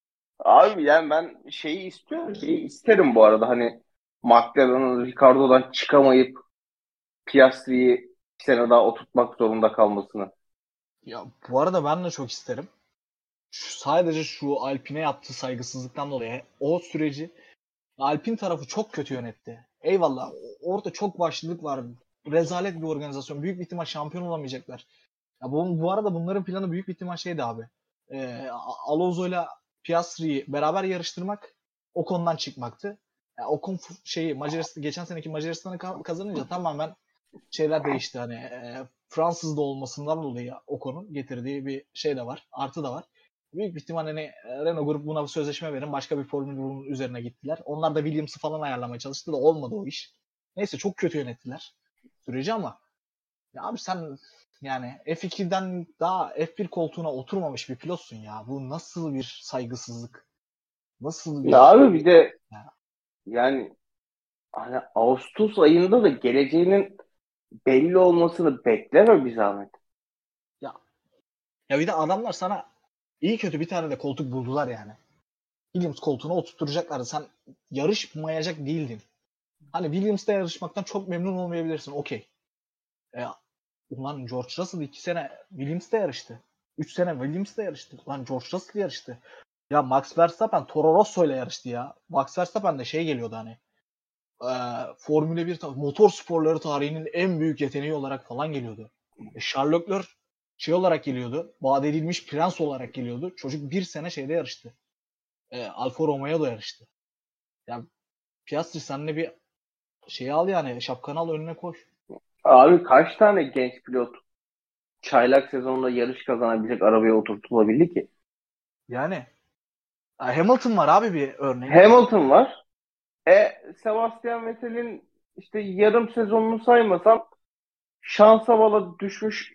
S2: Abi yani ben şeyi isterim bu arada hani McLaren'ın Ricardo'dan çıkamayıp Piastri'yi bir sene daha oturtmak zorunda kalmasını.
S1: Ya bu arada ben de çok isterim. Sadece şu Alpine yaptığı saygısızlıktan dolayı o süreci Alpine tarafı çok kötü yönetti. Eyvallah. Orada çok başlılık var. Rezalet bir organizasyon. Büyük bir ihtimal şampiyon olamayacaklar. Ya bu arada bunların planı büyük bir ihtimal şeydi abi. Alonso ile Piastri'yi beraber yarıştırmak, o konudan çıkmaktı. Ocon Macaristan geçen seneki Macaristan'ı kazanınca tamamen şeyler değişti. Hani Fransız da olmasından dolayı Ocon'un getirdiği bir şey de var. Artı da var. Büyük bir ihtimal hani Renault Grup buna bir sözleşme verin. Başka bir Formula 1'in üzerine gittiler. Onlar da Williams'ı falan ayarlamaya çalıştı da olmadı o iş. Neyse çok kötü yönettiler süreci ama ya abi sen yani F2'den daha F1 koltuğuna oturmamış bir pilotsun ya. Bu nasıl bir saygısızlık? Nasıl
S2: Ya
S1: bir
S2: abi bir de
S1: ya,
S2: yani hani Ağustos ayında da geleceğinin belli olmasını bekleme bir zahmet.
S1: ya, ya bir de adamlar sana iyi kötü bir tane de koltuk buldular yani. Williams koltuğuna oturtacaklardı. Sen yarışmayacak değildin. Hani Williams'ta yarışmaktan çok memnun olmayabilirsin. Okey. E, ulan George Russell 2 sene Williams'ta yarıştı. 3 sene Williams'ta yarıştı. Ulan George Russell yarıştı. Ya Max Verstappen Toro Rosso ile yarıştı ya. Max Verstappen de geliyordu hani. Formula 1 motor sporları tarihinin en büyük yeteneği olarak falan geliyordu. Charles Leclerc olarak geliyordu. Vaat edilmiş prens olarak geliyordu. Çocuk bir sene yarıştı. Alfa Romeo'da yarıştı. Ya Piastri senle bir al yani şapkanı al önüne koy.
S2: Abi kaç tane genç pilot çaylak sezonunda yarış kazanabilecek arabaya oturtulabildi ki?
S1: Yani Hamilton var abi bir örnek.
S2: Hamilton var. Sebastian Vettel'in işte yarım sezonunu saymasam şansa bala düşmüş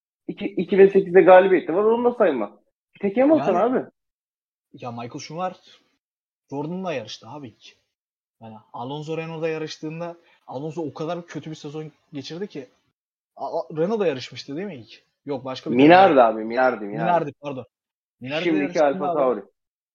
S2: 2008'de galibiyeti var. Onu da sayma. Bir tek Hamilton
S1: Yani
S2: abi.
S1: ya Michael Schumacher Jordan'la yarıştı abi ilk. Yani Alonso Renault'da yarıştığında Alonso o kadar kötü bir sezon geçirdi ki Renault'da yarışmıştı değil mi ilk? Yok başka bir takımda
S2: Minardi
S1: yarıştı.
S2: abi. Minardi.
S1: Minardi pardon. Minardi'de
S2: Şimdiki
S1: yarıştığında
S2: Alfa
S1: abi
S2: Tauri.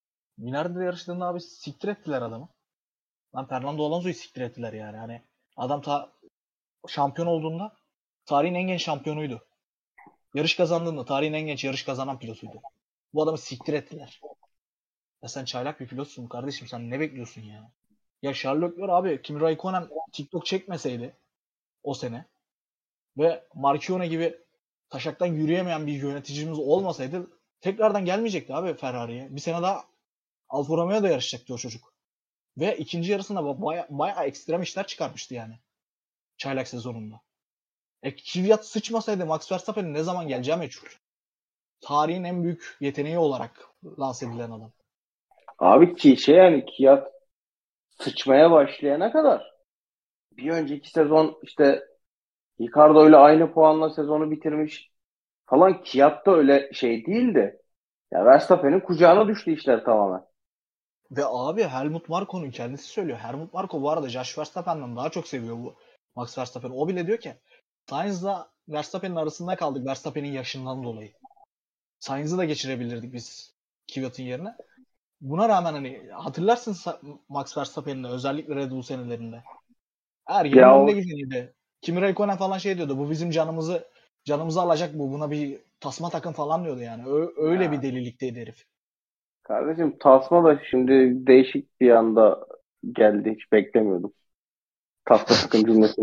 S1: Siktir ettiler adamı. Lan Fernando Alonso'yu siktir ettiler yani. Hani adam şampiyon olduğunda tarihin en genç şampiyonuydu. Yarış kazandığında tarihin en genç yarış kazanan pilotuydu. Bu adamı siktir ettiler. Ya sen çaylak bir pilotsun kardeşim. Sen ne bekliyorsun ya? Ya Charles Leclerc abi Kimi Raikkonen TikTok çekmeseydi o sene. Ve Marchione gibi taşaktan yürüyemeyen bir yöneticimiz olmasaydı tekrardan gelmeyecekti abi Ferrari'ye. Bir sene daha Alfa Romeo'da yarışacaktı o çocuk. Ve ikinci yarısında bayağı ekstrem işler çıkarmıştı yani. Çaylak sezonunda. Kvyat sıçmasaydı Max Verstappen'in ne zaman geleceği meçhul. Tarihin en büyük yeteneği olarak lanse edilen adam.
S2: Abi ki yani Kiyat sıçmaya başlayana kadar bir önceki sezon işte Ricardo ile aynı puanla sezonu bitirmiş falan. Kiyat da öyle şey değildi. Ya Verstappen'in kucağına düştü işler tamamen.
S1: Ve abi Helmut Marko'nun kendisi söylüyor. Helmut Marko bu arada Josh Verstappen'den daha çok seviyor bu Max Verstappen. O bile diyor ki Sainz'la Verstappen'in arasında kaldık Verstappen'in yaşından dolayı. Sainz'ı da geçirebilirdik biz Kvyat'ın yerine. Buna rağmen hani hatırlarsın Max Verstappen'in özellikle Red Bull senelerinde. Her yerin
S2: Ya
S1: önünde
S2: o
S1: gideniydi. Kimi Räikkönen falan şey diyordu. Bu bizim canımızı alacak bu. Buna bir tasma takın falan diyordu yani. Öyle bir
S2: ya
S1: delilikteydi herif.
S2: kardeşim tasma da şimdi değişik bir anda geldi. Hiç beklemiyordum. Tasma takım cümlesini.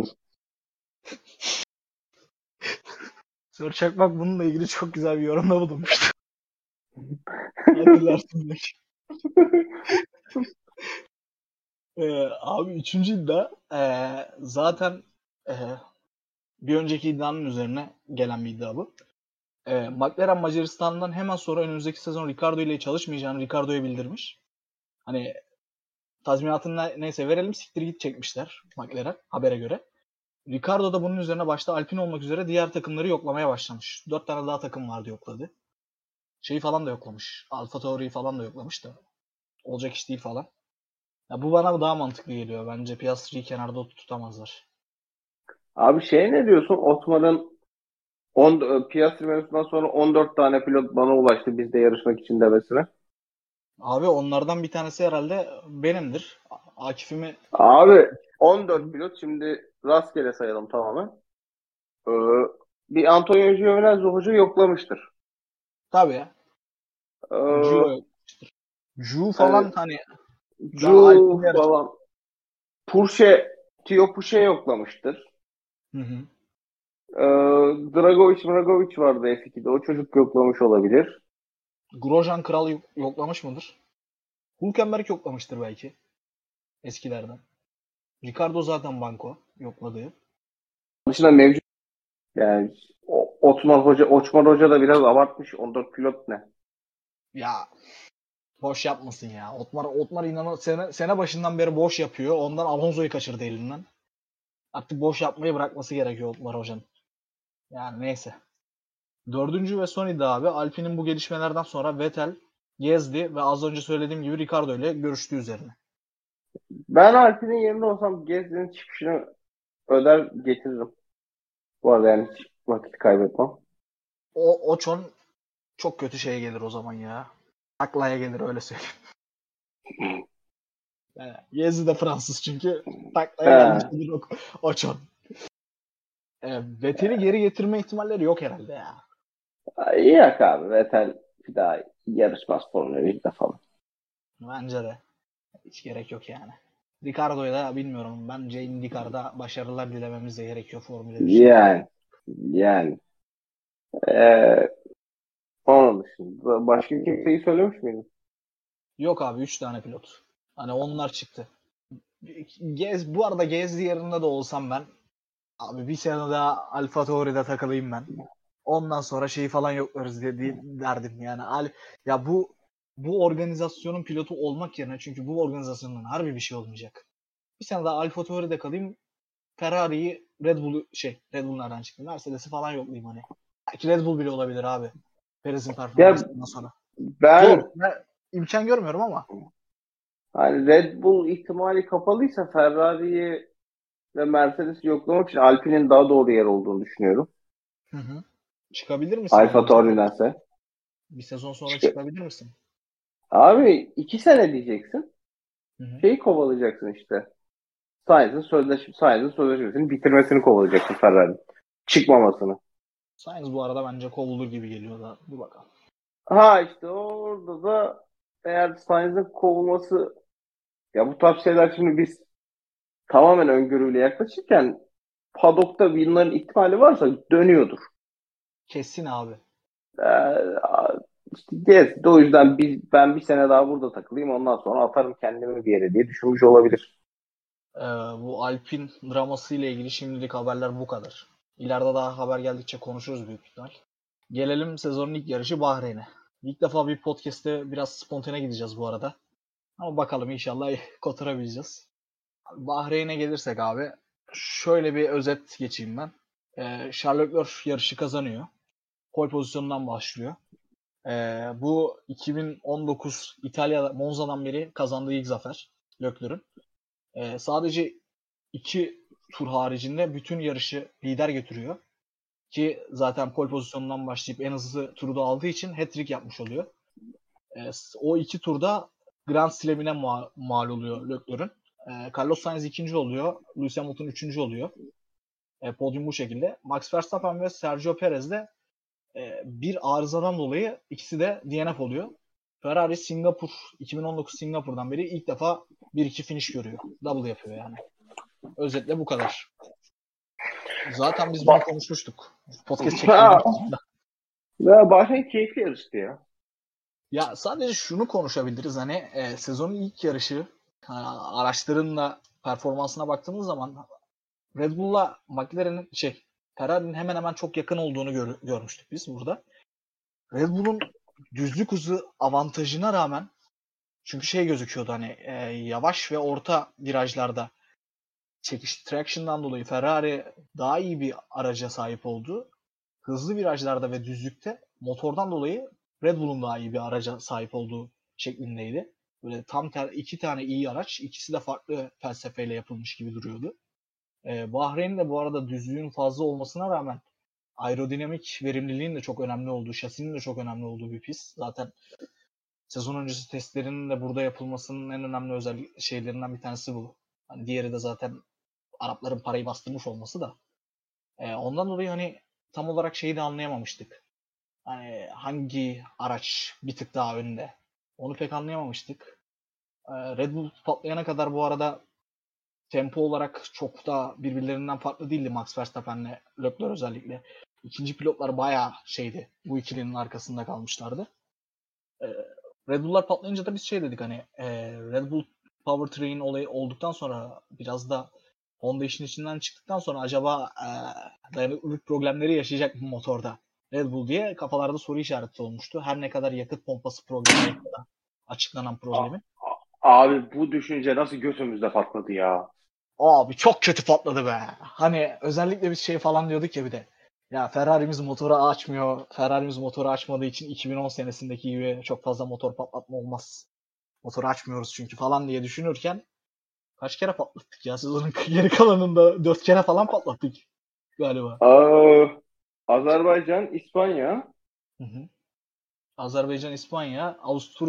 S1: Sör Çakmak bununla ilgili çok güzel bir yorumda bulunmuştu. Hatırlarsın belki. Abi üçüncü iddia zaten e, bir önceki iddianın üzerine gelen bir iddia bu. McLaren Macaristan'dan hemen sonra önümüzdeki sezon Ricardo ile çalışmayacağını Ricardo'ya bildirmiş. Hani tazminatını neyse verelim siktir git çekmişler McLaren habere göre. Ricardo da bunun üzerine başta Alpine olmak üzere diğer takımları yoklamaya başlamış. 4 tane daha takım vardı yokladı. Şeyi falan da yoklamış. Alfa Tauri'yi falan da yoklamış da. Olacak iş değil falan. Ya bu bana daha mantıklı geliyor. Bence Piastri'yi kenarda tutamazlar.
S2: Abi şey ne diyorsun? Otmar'ın Piastri mevzusundan sonra 14 tane pilot bana ulaştı bizde yarışmak için demesine.
S1: Abi onlardan bir tanesi herhalde benimdir. Akif'imi
S2: Abi 14 pilot şimdi rastgele sayalım tamamen. Ee, bir Antonio Giovinazzi hoca yoklamıştır.
S1: tabii ya.
S2: Ee,
S1: Gio, Ju
S2: hani
S1: falan hani daha
S2: Ju
S1: Alpine'ler.
S2: falan. Tio Puche yoklamıştır.
S1: Hı hı.
S2: Dragovic vardı F2'de. O çocuk yoklamış olabilir.
S1: Grosjean Kral yoklamış mıdır? Hülkenberg yoklamıştır belki eskilerden. Ricardo zaten banko yokladığı.
S2: Dışında mevcut yani Oçman Hoca da biraz abartmış. 14 pilot ne?
S1: Ya boş yapmasın ya. Otmar inanın sene başından beri boş yapıyor. Ondan Alonso'yu kaçırdı elinden. Artık boş yapmayı bırakması gerekiyor Otmar Hoca'nın. Yani neyse. Dördüncü ve son iddia abi. Alpine'in bu gelişmelerden sonra Vettel, Gezdi ve az önce söylediğim gibi Ricardo ile görüştüğü üzerine.
S2: Ben Alpine'in yerinde olsam Gezdi'nin çıkışını öder getiririm. Bu arada yani hiç vakit kaybetmem.
S1: O Ocon çok kötü şeye gelir o zaman ya. Taklaya gelir öyle söyleyeyim. Yani Gezdi de Fransız çünkü taklaya gelmiş
S2: He.
S1: olur Ocon. Vettel'i geri getirme ihtimalleri yok herhalde ya.
S2: Yok abi. Vettel bir daha yarışmaz Formula 1'de falan.
S1: Bence de. Hiç gerek yok yani. Ricardo'ya da bilmiyorum. Bence IndyCar'da başarılar dilememiz de gerekiyor Formula 1 için.
S2: Yani ee, onun dışında başka kimseyi söylemiş miydin?
S1: Yok abi 3 tane pilot. Hani onlar çıktı. Bu arada Gezdi yerinde de olsam ben abi bir sene daha Alfa Tauri'de takılayım ben. Ondan sonra şeyi falan yoklarız diye derdim yani. Ya bu organizasyonun pilotu olmak yerine çünkü bu organizasyondan harbi bir şey olmayacak. Bir sene daha Alfa Tauri'de kalayım. Ferrari'yi Red Bull nereden çıktı? Mercedes'i falan yoklayayım hani. Belki Red Bull bile olabilir abi. Perez'in
S2: Ya
S1: performansından sonra. Zor.
S2: ben
S1: Ben imkan görmüyorum ama.
S2: hani Red Bull ihtimali kapalıysa Ferrari'yi ve Mercedes'i yoklamak için Alpine'in daha doğru yer olduğunu düşünüyorum.
S1: Hı hı. Çıkabilir misin
S2: Alfa
S1: yani?
S2: Tauri'dense.
S1: Bir sezon sonra
S2: Çık-
S1: çıkabilir misin?
S2: Abi 2 sene diyeceksin.
S1: Hı hı.
S2: Şeyi kovalayacaksın işte. Sainz'in sözleşmesini bitirmesini kovalayacaksın Ferrari. Çıkmamasını.
S1: Sainz bu arada bence kovulur gibi geliyor da. Dur bakalım.
S2: Ha işte orada da eğer Sainz'in kovulması ya bu tarz şeyler şimdi biz tamamen öngörüyle yaklaşırken padokta win'ların ihtimali varsa dönüyordur.
S1: Kesin abi.
S2: İşte gezdi. O yüzden ben bir sene daha burada takılayım. Ondan sonra atarım kendimi bir yere diye düşünmüş olabilir.
S1: Bu Alp'in draması ile ilgili şimdilik haberler bu kadar. İleride daha haber geldikçe konuşuruz büyük ihtimal. Gelelim sezonun ilk yarışı Bahreyn'e. İlk defa bir podcast'te biraz spontane gideceğiz bu arada. Ama bakalım inşallah kotarabileceğiz. Bahreyn'e gelirsek abi şöyle bir özet geçeyim ben. Charles Leclerc yarışı kazanıyor. Pole pozisyonundan başlıyor. Bu 2019 İtalya Monza'dan beri kazandığı ilk zafer Leclerc'ün. Sadece 2 tur haricinde bütün yarışı lider götürüyor. Ki zaten pole pozisyonundan başlayıp en hızlı turu da aldığı için hat-trick yapmış oluyor. O 2 turda Grand Slam'ine mal oluyor Leclerc'ün. Carlos Sainz ikinci oluyor. Lewis Hamilton üçüncü oluyor. Podyum bu şekilde. Max Verstappen ve Sergio Perez de bir arızadan dolayı ikisi de DNF oluyor. Ferrari 2019 Singapur'dan beri ilk defa 1-2 finish görüyor. Double yapıyor yani. Özetle bu kadar. Zaten biz bunu konuşmuştuk. Podcast çekmeden.
S2: Ya Bahreyn keyifli yarıştı ya.
S1: Ya sadece şunu konuşabiliriz. Hani sezonun ilk yarışı araçların da performansına baktığımız zaman Red Bull'la McLaren'in Ferrari'nin hemen hemen çok yakın olduğunu görmüştük biz burada. Red Bull'un düzlük hızı avantajına rağmen çünkü gözüküyordu hani yavaş ve orta virajlarda çekiş traction'dan dolayı Ferrari daha iyi bir araca sahip oldu. Hızlı virajlarda ve düzlükte motordan dolayı Red Bull'un daha iyi bir araca sahip olduğu şeklindeydi. Böyle tam iki tane iyi araç, ikisi de farklı felsefeyle yapılmış gibi duruyordu. Bahreyn'in de bu arada düzlüğün fazla olmasına rağmen aerodinamik verimliliğin de çok önemli olduğu, şasinin de çok önemli olduğu bir pist. Zaten sezon öncesi testlerinin de burada yapılmasının en önemli şeylerinden bir tanesi bu. Hani diğeri de zaten Arapların parayı bastırmış olması da. Ondan dolayı hani tam olarak şeyi de anlayamamıştık. Hani hangi araç bir tık daha önde? Onu pek anlayamamıştık. Red Bull patlayana kadar bu arada tempo olarak çok da birbirlerinden farklı değildi Max Verstappen'le Leclerc özellikle. İkinci pilotlar bayağı bu ikilinin arkasında kalmışlardı. Red Bull'lar patlayınca da biz dedik hani Red Bull Powertrain olayı olduktan sonra biraz da Honda işin içinden çıktıktan sonra acaba dayanıklılık problemleri yaşayacak mı motorda Red Bull diye kafalarda soru işareti olmuştu. Her ne kadar yakıt pompası problemi açıklanan problemi.
S2: Abi bu düşünce nasıl götümüzde patladı ya.
S1: Abi çok kötü patladı be. Hani özellikle biz falan diyorduk ya bir de. Ya Ferrari'miz motoru açmıyor. Ferrari'miz motoru açmadığı için 2010 senesindeki gibi çok fazla motor patlatma olmaz. Motoru açmıyoruz çünkü falan diye düşünürken kaç kere patlattık ya? Sezonun geri kalanında 4 kere falan patlattık galiba.
S2: Azerbaycan, İspanya.
S1: Hı hı. Azerbaycan, İspanya,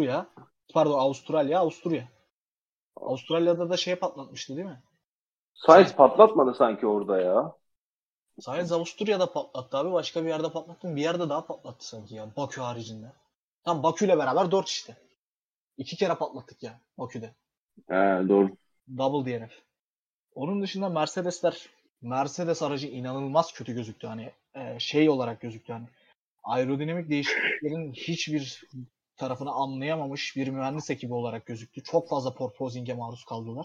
S1: Avustralya. Avustralya'da da patlatmıştı değil mi?
S2: Sainz patlatmadı sanki orada ya.
S1: Sainz Avusturya'da patlattı abi. Başka bir yerde patlattı mı? Bir yerde daha patlattı sanki ya. Bakü haricinde. Tam Bakü'yle beraber 4 işte. 2 kere patlattık ya Bakü'de.
S2: Doğru.
S1: Double DNF. Onun dışında Mercedes aracı inanılmaz kötü gözüktü. Hani olarak gözüktü. Hani aerodinamik değişikliklerin hiçbir tarafını anlayamamış bir mühendis ekibi olarak gözüktü. Çok fazla porpoising'e maruz kaldılar.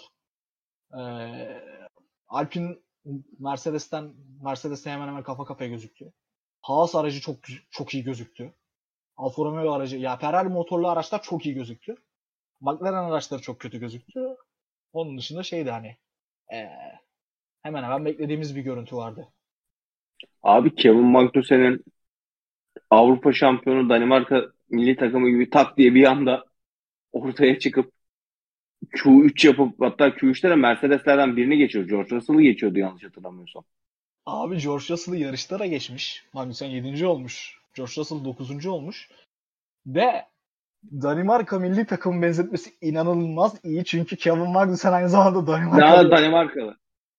S1: Alpine Mercedes'te hemen hemen kafa kafaya gözüktü. Haas aracı çok iyi gözüktü. Alfa Romeo aracı, ya Ferrari motorlu araçlar çok iyi gözüktü. McLaren araçları çok kötü gözüktü. Onun dışında hani ee, hemen hemen beklediğimiz bir görüntü vardı.
S2: Abi Kevin Magnussen'in Avrupa şampiyonu Danimarka milli takımı gibi tak diye bir anda ortaya çıkıp Q3 yapıp hatta Q3'te de Mercedes'lerden birini geçiyor. George Russell'ı geçiyordu yanlış hatırlamıyorsam.
S1: Abi George Russell'ı yarışlara geçmiş. Magnussen 7. olmuş. George Russell 9. olmuş. Ve Danimarka milli takım benzetmesi inanılmaz iyi. Çünkü Kevin Magnussen aynı zamanda
S2: Daha
S1: Danimarkalı.
S2: Danimarkalı.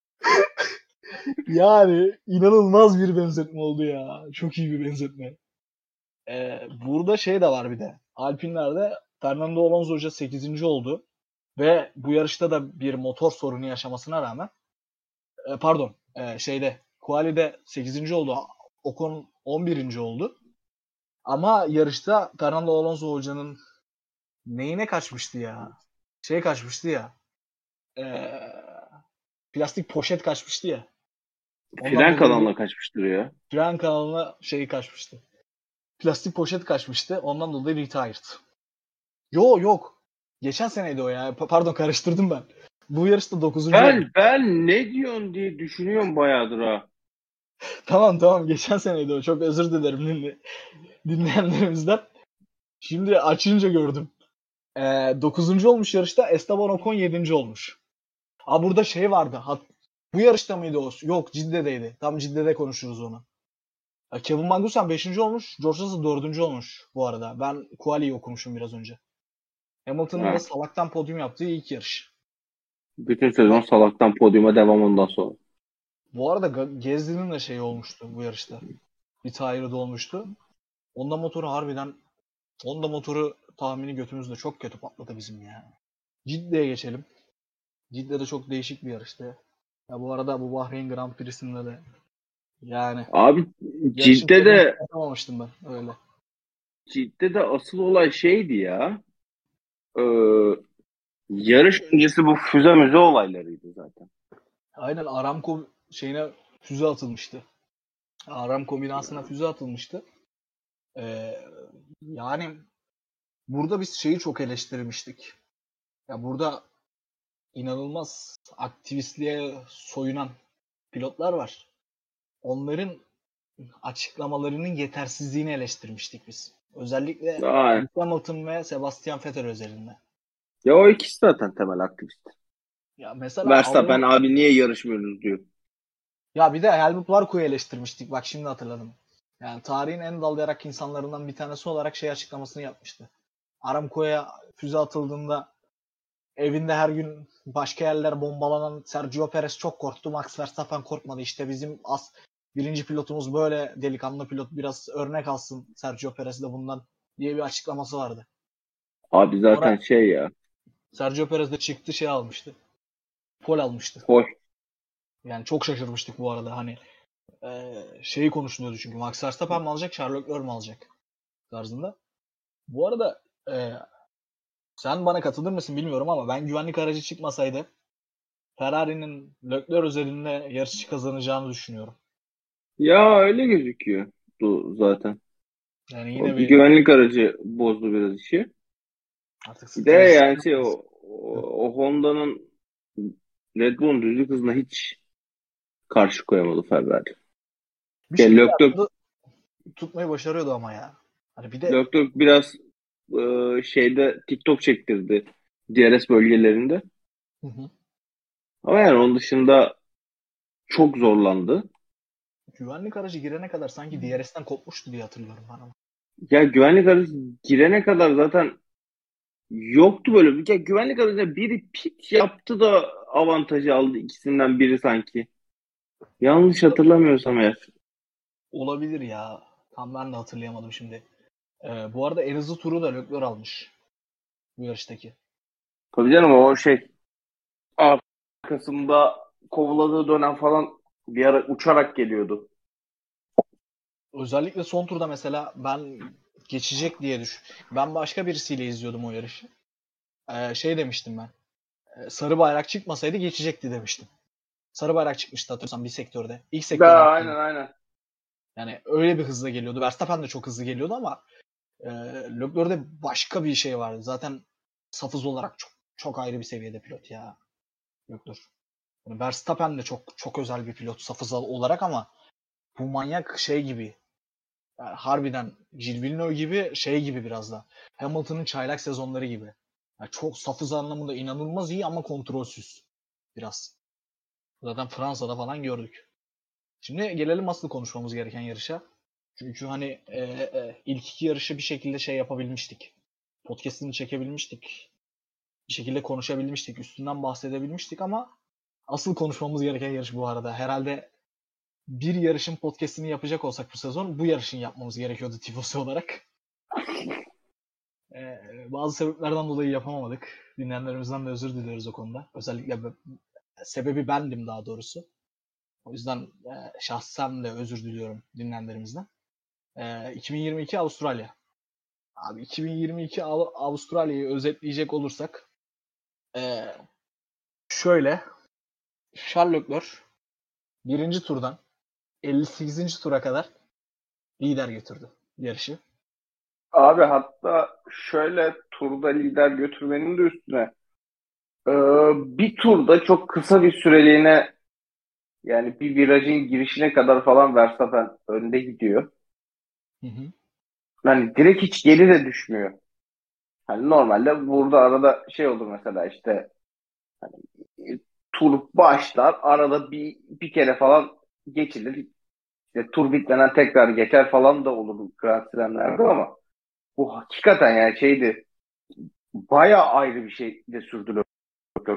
S1: Yani inanılmaz bir benzetme oldu ya. Çok iyi bir benzetme. Burada de var bir de. Alpine'lerde Fernando Alonso Hoca 8. oldu. Ve bu yarışta da bir motor sorunu yaşamasına rağmen pardon Quali'de 8. oldu. Ocon 11. oldu. Ama yarışta Fernando Alonso hocanın neyine kaçmıştı ya? Kaçmıştı ya. Ee, plastik poşet kaçmıştı ya. Ondan
S2: Fren
S1: dolayı
S2: kanalına kaçmıştır ya.
S1: fren kanalına kaçmıştı. Plastik poşet kaçmıştı. Ondan dolayı retired. Yok. Geçen seneydi o ya. Pardon, karıştırdım ben. Bu yarışta 9. oldu.
S2: Ben ne diyorsun diye düşünüyorum bayağıdır ha.
S1: Tamam. Geçen seneydi o. Çok özür dilerim dinleyenlerimizden. Şimdi açınca gördüm. 9. olmuş yarışta. Esteban Ocon 7. olmuş. Burada vardı. Bu yarışta mıydı o? Yok, Cidde'deydi. Tam Cidde'de konuşuruz onu. Kevin Magnussen 5. olmuş. George Russell 4. olmuş bu arada. Ben Quali'yi okumuşum biraz önce. Hamilton'ın da
S2: Ha.
S1: salaktan podyum yaptığı ilk yarış.
S2: Bütün sezon salaktan podyuma devam ondan sonra.
S1: Bu arada Gasly'nin de olmuştu bu yarışta. Bir tayırı olmuştu. Honda motoru tahmini götümüzde çok kötü patladı bizim ya. Cidde'ye geçelim. Cidde'de çok değişik bir yarıştı. Ya bu arada bu Bahreyn Grand Prix'sinde de yani
S2: Abi
S1: yarışın
S2: Cidde'de
S1: tadını yapamamıştım ben öyle.
S2: Cidde'de asıl olay şeydi ya. Ee, yarış öncesi bu füze müze olaylarıydı zaten.
S1: Aynen, Aramco füze atılmıştı. Aramco binasına füze atılmıştı. Ee, yani burada biz çok eleştirmiştik. Ya burada inanılmaz aktivistliğe soyunan pilotlar var. Onların açıklamalarının yetersizliğini eleştirmiştik biz. Özellikle
S2: Aynen.
S1: Lewis Hamilton ve Sebastian Vettel özelinde.
S2: Ya o ikisi zaten temel aktivist.
S1: Ya mesela
S2: Verstappen abi niye yarışmıyoruz diyor.
S1: ya bir de Helmut Marko'yu eleştirmiştik. Bak şimdi hatırladım. Yani tarihin en dalayarak insanlarından bir tanesi olarak açıklamasını yapmıştı. Aramco'ya füze atıldığında evinde her gün başka yerler bombalanan Sergio Perez çok korktu. Max Verstappen korkmadı. İşte bizim birinci pilotumuz böyle delikanlı pilot. Biraz örnek alsın Sergio Perez de bundan diye bir açıklaması vardı.
S2: Abi zaten
S1: Sonra
S2: ya.
S1: Sergio Perez de çıktı almıştı. Pole almıştı.
S2: Hoş.
S1: Yani çok şaşırmıştık bu arada. Hani konuşuluyordu çünkü Max Verstappen mi alacak, Charles Leclerc mi alacak tarzında. Bu arada sen bana katılır mısın bilmiyorum ama ben güvenlik aracı çıkmasaydı Ferrari'nin Leclerc üzerinde yarışı kazanacağını düşünüyorum.
S2: Ya öyle gözüküyor zaten.
S1: Yani
S2: O
S1: yine
S2: bir
S1: bir
S2: güvenlik aracı bozdu biraz işi.
S1: artık
S2: Bir de
S1: stratejisi.
S2: yani o Honda'nın Red Bull'un düzlük hızına hiç karşı koyamadı Ferrari.
S1: Bir
S2: Ya
S1: şekilde
S2: Leclerc,
S1: tutmayı başarıyordu ama ya. Hani bir de
S2: Leclerc biraz TikTok çektirdi DRS bölgelerinde.
S1: hı hı,
S2: Ama yani onun dışında çok zorlandı.
S1: güvenlik aracı girene kadar sanki DRS'ten kopmuştu diye hatırlıyorum ben ama.
S2: Ya güvenlik aracı girene kadar zaten yoktu böyle bir. Ya güvenlik aracına biri pit yaptı da avantajı aldı ikisinden biri sanki. Yanlış hatırlamıyorsam eğer.
S1: Olabilir ya. Tam ben de hatırlayamadım şimdi. Bu arada en hızlı turu da Leclerc almış bu yarıştaki.
S2: Tabii canım o arkasında kovuladığı dönem falan bir ara uçarak geliyordu.
S1: Özellikle son turda mesela ben geçecek diye Ben başka birisiyle izliyordum o yarışı. Demiştim ben. Sarı bayrak çıkmasaydı geçecekti demiştim. Sarı bayrak çıkmıştı hatırlıyorsan bir sektörde. İlk sektörde
S2: Aynen
S1: hatta.
S2: aynen.
S1: Yani öyle bir hızla geliyordu. Verstappen de çok hızlı geliyordu ama Leclerc'de başka bir şey vardı. Zaten saf hız olarak çok çok ayrı bir seviyede pilot ya. Leclerc. Yani Verstappen de çok çok özel bir pilot saf hız olarak ama bu manyak gibi. Yani harbiden Gilles Villeneuve gibi gibi biraz da. Hamilton'ın çaylak sezonları gibi. Yani çok saf hız anlamında inanılmaz iyi ama kontrolsüz. Biraz. Zaten Fransa'da falan gördük. Şimdi gelelim asıl konuşmamız gereken yarışa. Çünkü hani ilk iki yarışı bir şekilde yapabilmiştik. Podcast'ını çekebilmiştik. Bir şekilde konuşabilmiştik. Üstünden bahsedebilmiştik ama asıl konuşmamız gereken yarış bu arada. Herhalde bir yarışın podcast'ini yapacak olsak bu sezon bu yarışın yapmamız gerekiyordu tifosi olarak. Bazı sebeplerden dolayı yapamadık. Dinleyenlerimizden de özür diliyoruz o konuda. Özellikle sebebi bendim daha doğrusu. O yüzden şahsen de özür diliyorum dinleyenlerimizden. 2022 Avustralya. Abi 2022 Avustralya'yı özetleyecek olursak şöyle Charles Leclerc birinci turdan 58. tura kadar lider götürdü yarışı.
S2: Abi hatta şöyle turda lider götürmenin de üstüne bir turda çok kısa bir süreliğine yani bir virajın girişine kadar falan Verstappen önde gidiyor.
S1: Hı hı.
S2: Yani direkt hiç geri de düşmüyor. Hani normalde burada arada şey olur mesela işte tur başlar arada bir kere falan geçilir. İşte tur bitmeden tekrar geçer falan da olur Grand Slam'lerde ama bu hakikaten yani şeydi bayağı ayrı bir şey de sürdü Leclerc.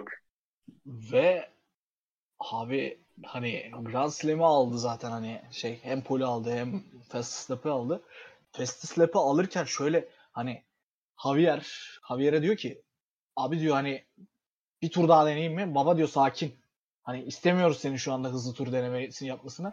S1: Ve abi hani Grand Slam'i aldı zaten hani hem pole aldı hem Fast Lap'ı aldı. Fast Lap'ı alırken şöyle hani Javier'e diyor ki abi diyor hani bir tur daha deneyeyim mi? Baba diyor sakin. Hani istemiyoruz senin şu anda hızlı tur denemesini yapmasını.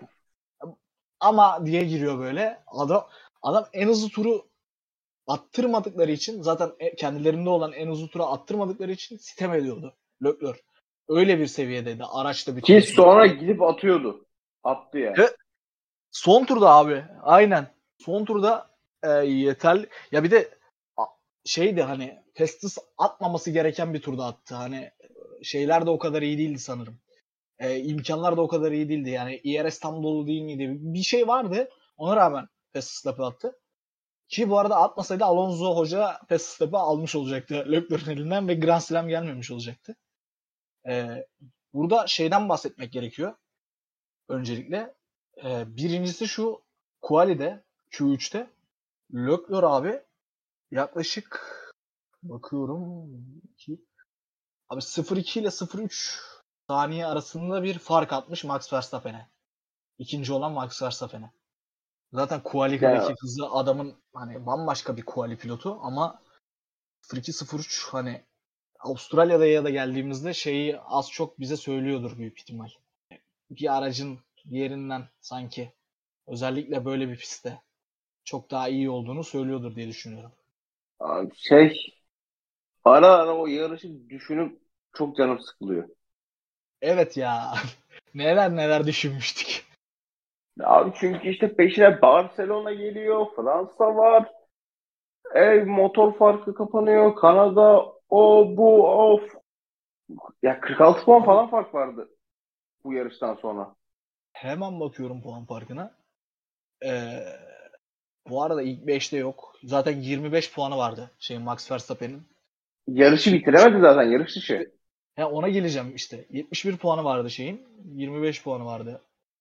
S1: Ama diye giriyor böyle. Adam en hızlı turu attırmadıkları için zaten kendilerinde olan en hızlı tura attırmadıkları için sitem ediyordu Leclerc. Öyle bir seviyedeydi. Araçta
S2: Ki
S1: bütünleşme.
S2: sonra gidip atıyordu. Attı yani.
S1: Evet, son turda abi. Aynen. Son turda yeterli. Ya bir de şeydi hani Festus atmaması gereken bir turda attı. Hani şeyler de o kadar iyi değildi sanırım. İmkanlar da o kadar iyi değildi. Yani IRS tam dolu değil miydi? Bir şey vardı. Ona rağmen Festus lapı attı. Ki bu arada atmasaydı Alonso Hoca Festus lapı almış olacaktı Leclerc'in elinden ve Grand Slam gelmemiş olacaktı. Burada şeyden bahsetmek gerekiyor. Öncelikle. Birincisi şu Quali'de Q3'te Leclerc abi yaklaşık bakıyorum abi 0.2 ile 0.3 saniye arasında bir fark atmış Max Verstappen'e. İkinci olan Max Verstappen'e. Zaten
S2: Yani
S1: quali'deki hızı adamın hani bambaşka bir quali pilotu ama 0.2 0.3 hani Avustralya'da ya da geldiğimizde şeyi az çok bize söylüyordur büyük ihtimal. Bir aracın diğerinden sanki özellikle böyle bir pistte çok daha iyi olduğunu söylüyordur diye düşünüyorum.
S2: şey ara ara o yarışı düşünüp çok canım sıkılıyor.
S1: Evet ya. Neler neler düşünmüştük.
S2: Abi çünkü işte peşine Barcelona geliyor, Fransa var, motor farkı kapanıyor, Kanada, o bu of. Ya 46 puan
S1: Abi
S2: falan fark vardı bu yarıştan sonra.
S1: hemen bakıyorum puan farkına. Ee, bu arada ilk 5'te yok. Zaten 25 puanı vardı Max Verstappen'in.
S2: Yarışı
S1: 70
S2: bitiremedi zaten yarış dışı.
S1: ona geleceğim işte. 71 puanı vardı 25 puanı vardı.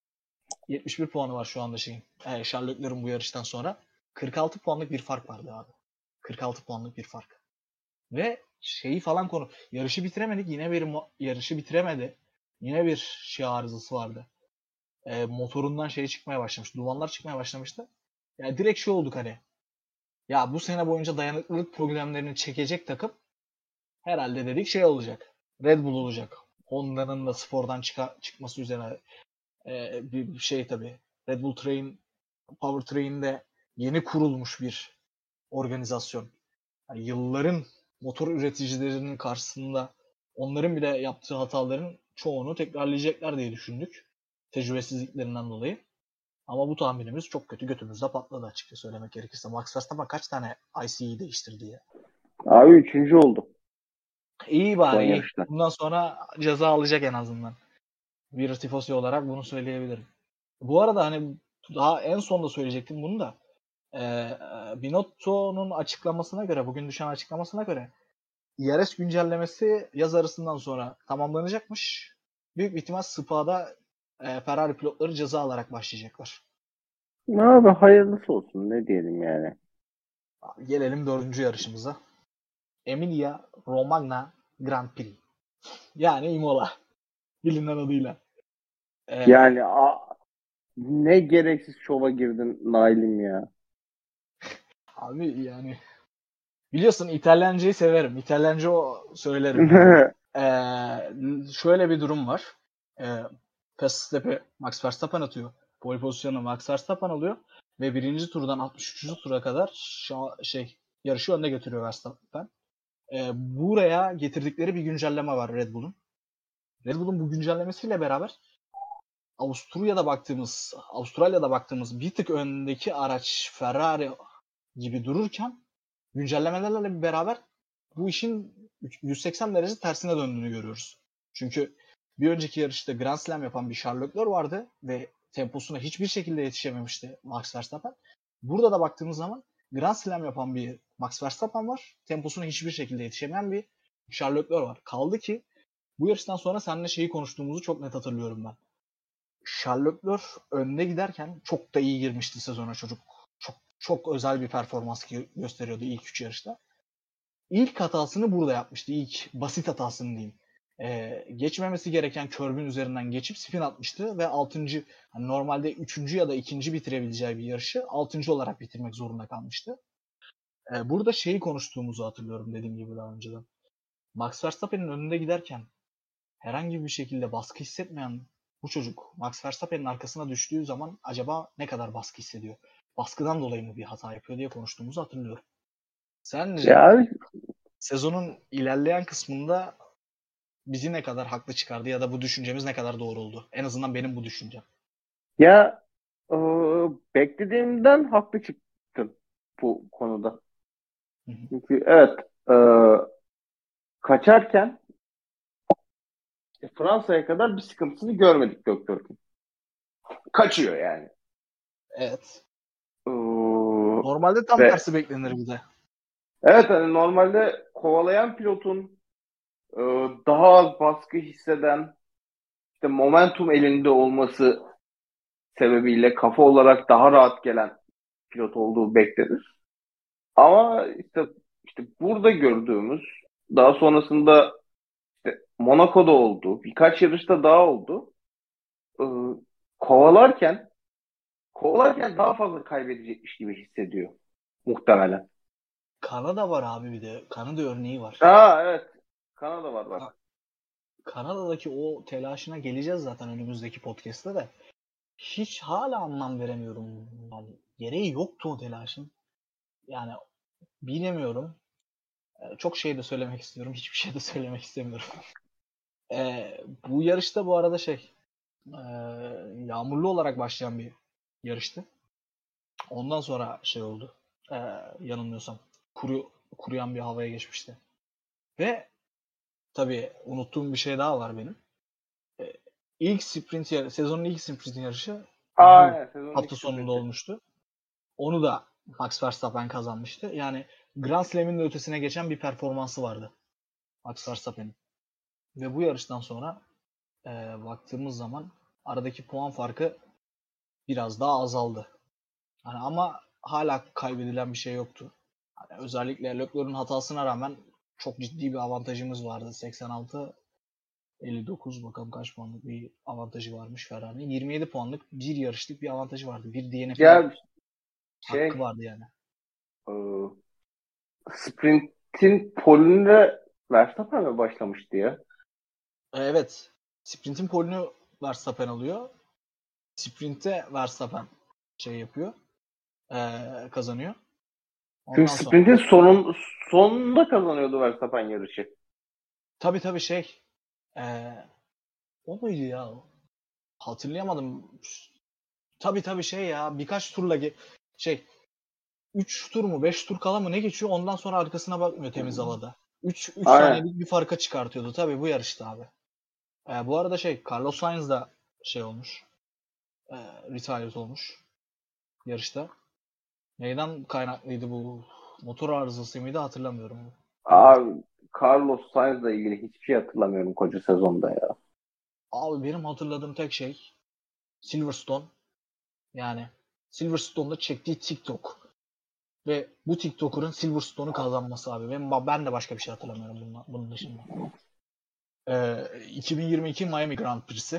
S1: 71 puanı var şu anda Charles Leclerc'in bu yarıştan sonra. 46 puanlık bir fark vardı abi. 46 puanlık bir fark. Ve yarışı bitiremedik. Yarışı bitiremedi. Yine bir arızası vardı. Motorundan çıkmaya başlamış. Dumanlar çıkmaya başlamıştı. Yani direkt olduk hani. Ya bu sene boyunca dayanıklılık problemlerini çekecek takım herhalde dedik olacak. Red Bull olacak. Honda'nın da spordan çıkması üzerine bir tabii. Red Bull Powertrain'de yeni kurulmuş bir organizasyon. Yani yılların motor üreticilerinin karşısında onların bile yaptığı hataların çoğunu tekrarlayacaklar diye düşündük. Tecrübesizliklerinden dolayı. Ama bu tahminimiz çok kötü götümüzde patladı açıkça söylemek gerekirse. Max Verstappen kaç tane IC'yi değiştirdi ya.
S2: Abi üçüncü oldu
S1: İyi
S2: son
S1: bari iyi.
S2: yarışta.
S1: Bundan sonra ceza alacak en azından. Bir tifosi olarak bunu söyleyebilirim. Bu arada hani daha en sonda söyleyecektim bunu da. Binotto'nun açıklamasına göre, bugün düşen açıklamasına göre IRS güncellemesi yaz arasından sonra tamamlanacakmış. Büyük bir ihtimal Spa'da Ferrari pilotları ceza alarak başlayacaklar.
S2: Ne abi hayırlısı olsun ne diyelim yani.
S1: Gelelim dördüncü yarışımıza. Emilia Romagna Grand Prix. Yani Imola. Bilinen adıyla. Ee,
S2: Yani ne gereksiz şova girdin Nail'im ya.
S1: abi yani biliyorsun İtalyancayı severim. İtalyanca söylerim yani. Şöyle bir durum var. Ee, Fast step'i Max Verstappen atıyor. Pole pozisyonu Max Verstappen alıyor. Ve birinci turdan 63. tura kadar yarışı önde götürüyor Verstappen. Buraya getirdikleri bir güncelleme var Red Bull'un. Red Bull'un bu güncellemesiyle beraber Avustralya'da baktığımız bir tık öndeki araç Ferrari gibi dururken güncellemelerle beraber bu işin 180 derece tersine döndüğünü görüyoruz. Çünkü bir önceki yarışta Grand Slam yapan bir Charles Leclerc vardı ve temposuna hiçbir şekilde yetişememişti Max Verstappen. Burada da baktığımız zaman Grand Slam yapan bir Max Verstappen var. Temposuna hiçbir şekilde yetişemeyen bir Charles Leclerc var. Kaldı ki bu yarıştan sonra seninle şeyi konuştuğumuzu çok net hatırlıyorum ben. Charles Leclerc önde giderken çok da iyi girmişti sezona çocuk. Çok özel bir performans gösteriyordu ilk 3 yarışta. İlk hatasını burada yapmıştı. İlk basit hatasını diyeyim. Geçmemesi gereken körbün üzerinden geçip spin atmıştı ve 6. Yani normalde 3. ya da 2. bitirebileceği bir yarışı 6. olarak bitirmek zorunda kalmıştı. Burada şeyi konuştuğumuzu hatırlıyorum dediğim gibi daha önceden. Max Verstappen'in önünde giderken herhangi bir şekilde baskı hissetmeyen bu çocuk Max Verstappen'in arkasına düştüğü zaman acaba ne kadar baskı hissediyor? Baskıdan dolayı mı bir hata yapıyor diye konuştuğumuzu hatırlıyorum. Sence
S3: Ya
S1: sezonun ilerleyen kısmında bizi ne kadar haklı çıkardı ya da bu düşüncemiz ne kadar doğru oldu? En azından benim bu düşüncem.
S3: ya e, beklediğimden haklı çıktın bu konuda.
S1: Hı hı.
S3: Çünkü evet, e, kaçarken Fransa'ya kadar bir sıkıntısını görmedik Göktürk'ün. Kaçıyor yani.
S1: Evet.
S3: E,
S1: Normalde tam
S3: ve
S1: tersi beklenir bir de.
S3: evet, hani normalde kovalayan pilotun e, daha az baskı hisseden, işte momentum elinde olması sebebiyle kafa olarak daha rahat gelen pilot olduğu beklenir. Ama işte burada gördüğümüz, daha sonrasında işte Monaco'da oldu, birkaç yarışta daha oldu. Ee, kovalarken kovalarken daha fazla kaybedecekmiş gibi hissediyor muhtemelen.
S1: Kanada var abi bir de. Kanada örneği var.
S3: Evet. Kanada var
S1: Ka-
S3: bak.
S1: Kanada'daki o telaşına geleceğiz zaten önümüzdeki podcast'te de. Hiç hala anlam veremiyorum. Yani gereği yoktu o telaşın. Yani bilemiyorum. Çok şey de söylemek istiyorum. Hiçbir şey de söylemek istemiyorum. Bu yarışta bu arada e, yağmurlu olarak başlayan bir yarıştı. Ondan sonra şey oldu. E, yanılmıyorsam kuruyan bir havaya geçmişti. Ve tabii unuttuğum bir şey daha var benim. Sezonun ilk sprint yarışı bu
S3: Evet, sezonun ilk
S1: hafta sonunda
S3: sprinti.
S1: olmuştu. Onu da Max Verstappen kazanmıştı. Yani Grand Slam'in de ötesine geçen bir performansı vardı Max Verstappen'in. Ve bu yarıştan sonra baktığımız zaman aradaki puan farkı biraz daha azaldı. Yani ama hala kaybedilen bir şey yoktu. Yani özellikle Leclerc'in hatasına rağmen çok ciddi bir avantajımız vardı. 86 59 bakalım kaç puanlık bir avantajı varmış Ferrari'nin. 27 puanlık bir yarışlık bir avantajı vardı. Bir DNF'li
S3: Ya
S1: hakkı
S3: şey
S1: vardı yani.
S3: e, sprintin polünde Verstappen mi başlamıştı ya?
S1: Evet. Sprint'in polünü Verstappen alıyor. Sprint'te Verstappen yapıyor. Kazanıyor.
S3: Çünkü
S1: Ondan sonra
S3: sprintin sonunda kazanıyordu Verstappen yarışı.
S1: tabii ee, o muydu ya? Hatırlayamadım. Tabii ya birkaç turla 3 tur mu 5 tur kala mı ne geçiyor ondan sonra arkasına bakmıyor temiz havada. 3
S3: Aynen.
S1: saniyelik bir farka çıkartıyordu tabii bu yarışta abi. Bu arada Carlos Sainz da olmuş. E, retired olmuş yarışta. Neyden kaynaklıydı bu? Motor arızası mıydı hatırlamıyorum.
S3: Abi Carlos Sainz'la ilgili hiçbir şey hatırlamıyorum koca sezonda ya.
S1: Abi benim hatırladığım tek şey Silverstone. Yani Silverstone'da çektiği TikTok. Ve bu TikToker'ın Silverstone'u kazanması abi. Ben de başka bir şey hatırlamıyorum bunun dışında. 2022 Miami Grand Prix'si.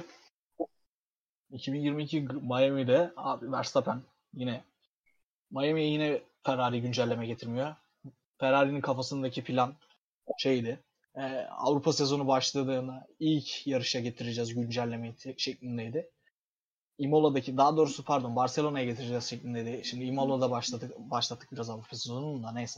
S1: 2022 Miami'de abi Verstappen Miami'ye yine Ferrari güncelleme getirmiyor. Ferrari'nin kafasındaki plan şeydi. Avrupa sezonu başladığında ilk yarışa getireceğiz güncellemeyi şeklindeydi. Barcelona'ya getireceğiz şeklindeydi. Şimdi Imola'da başlattık biraz Avrupa sezonunu da neyse.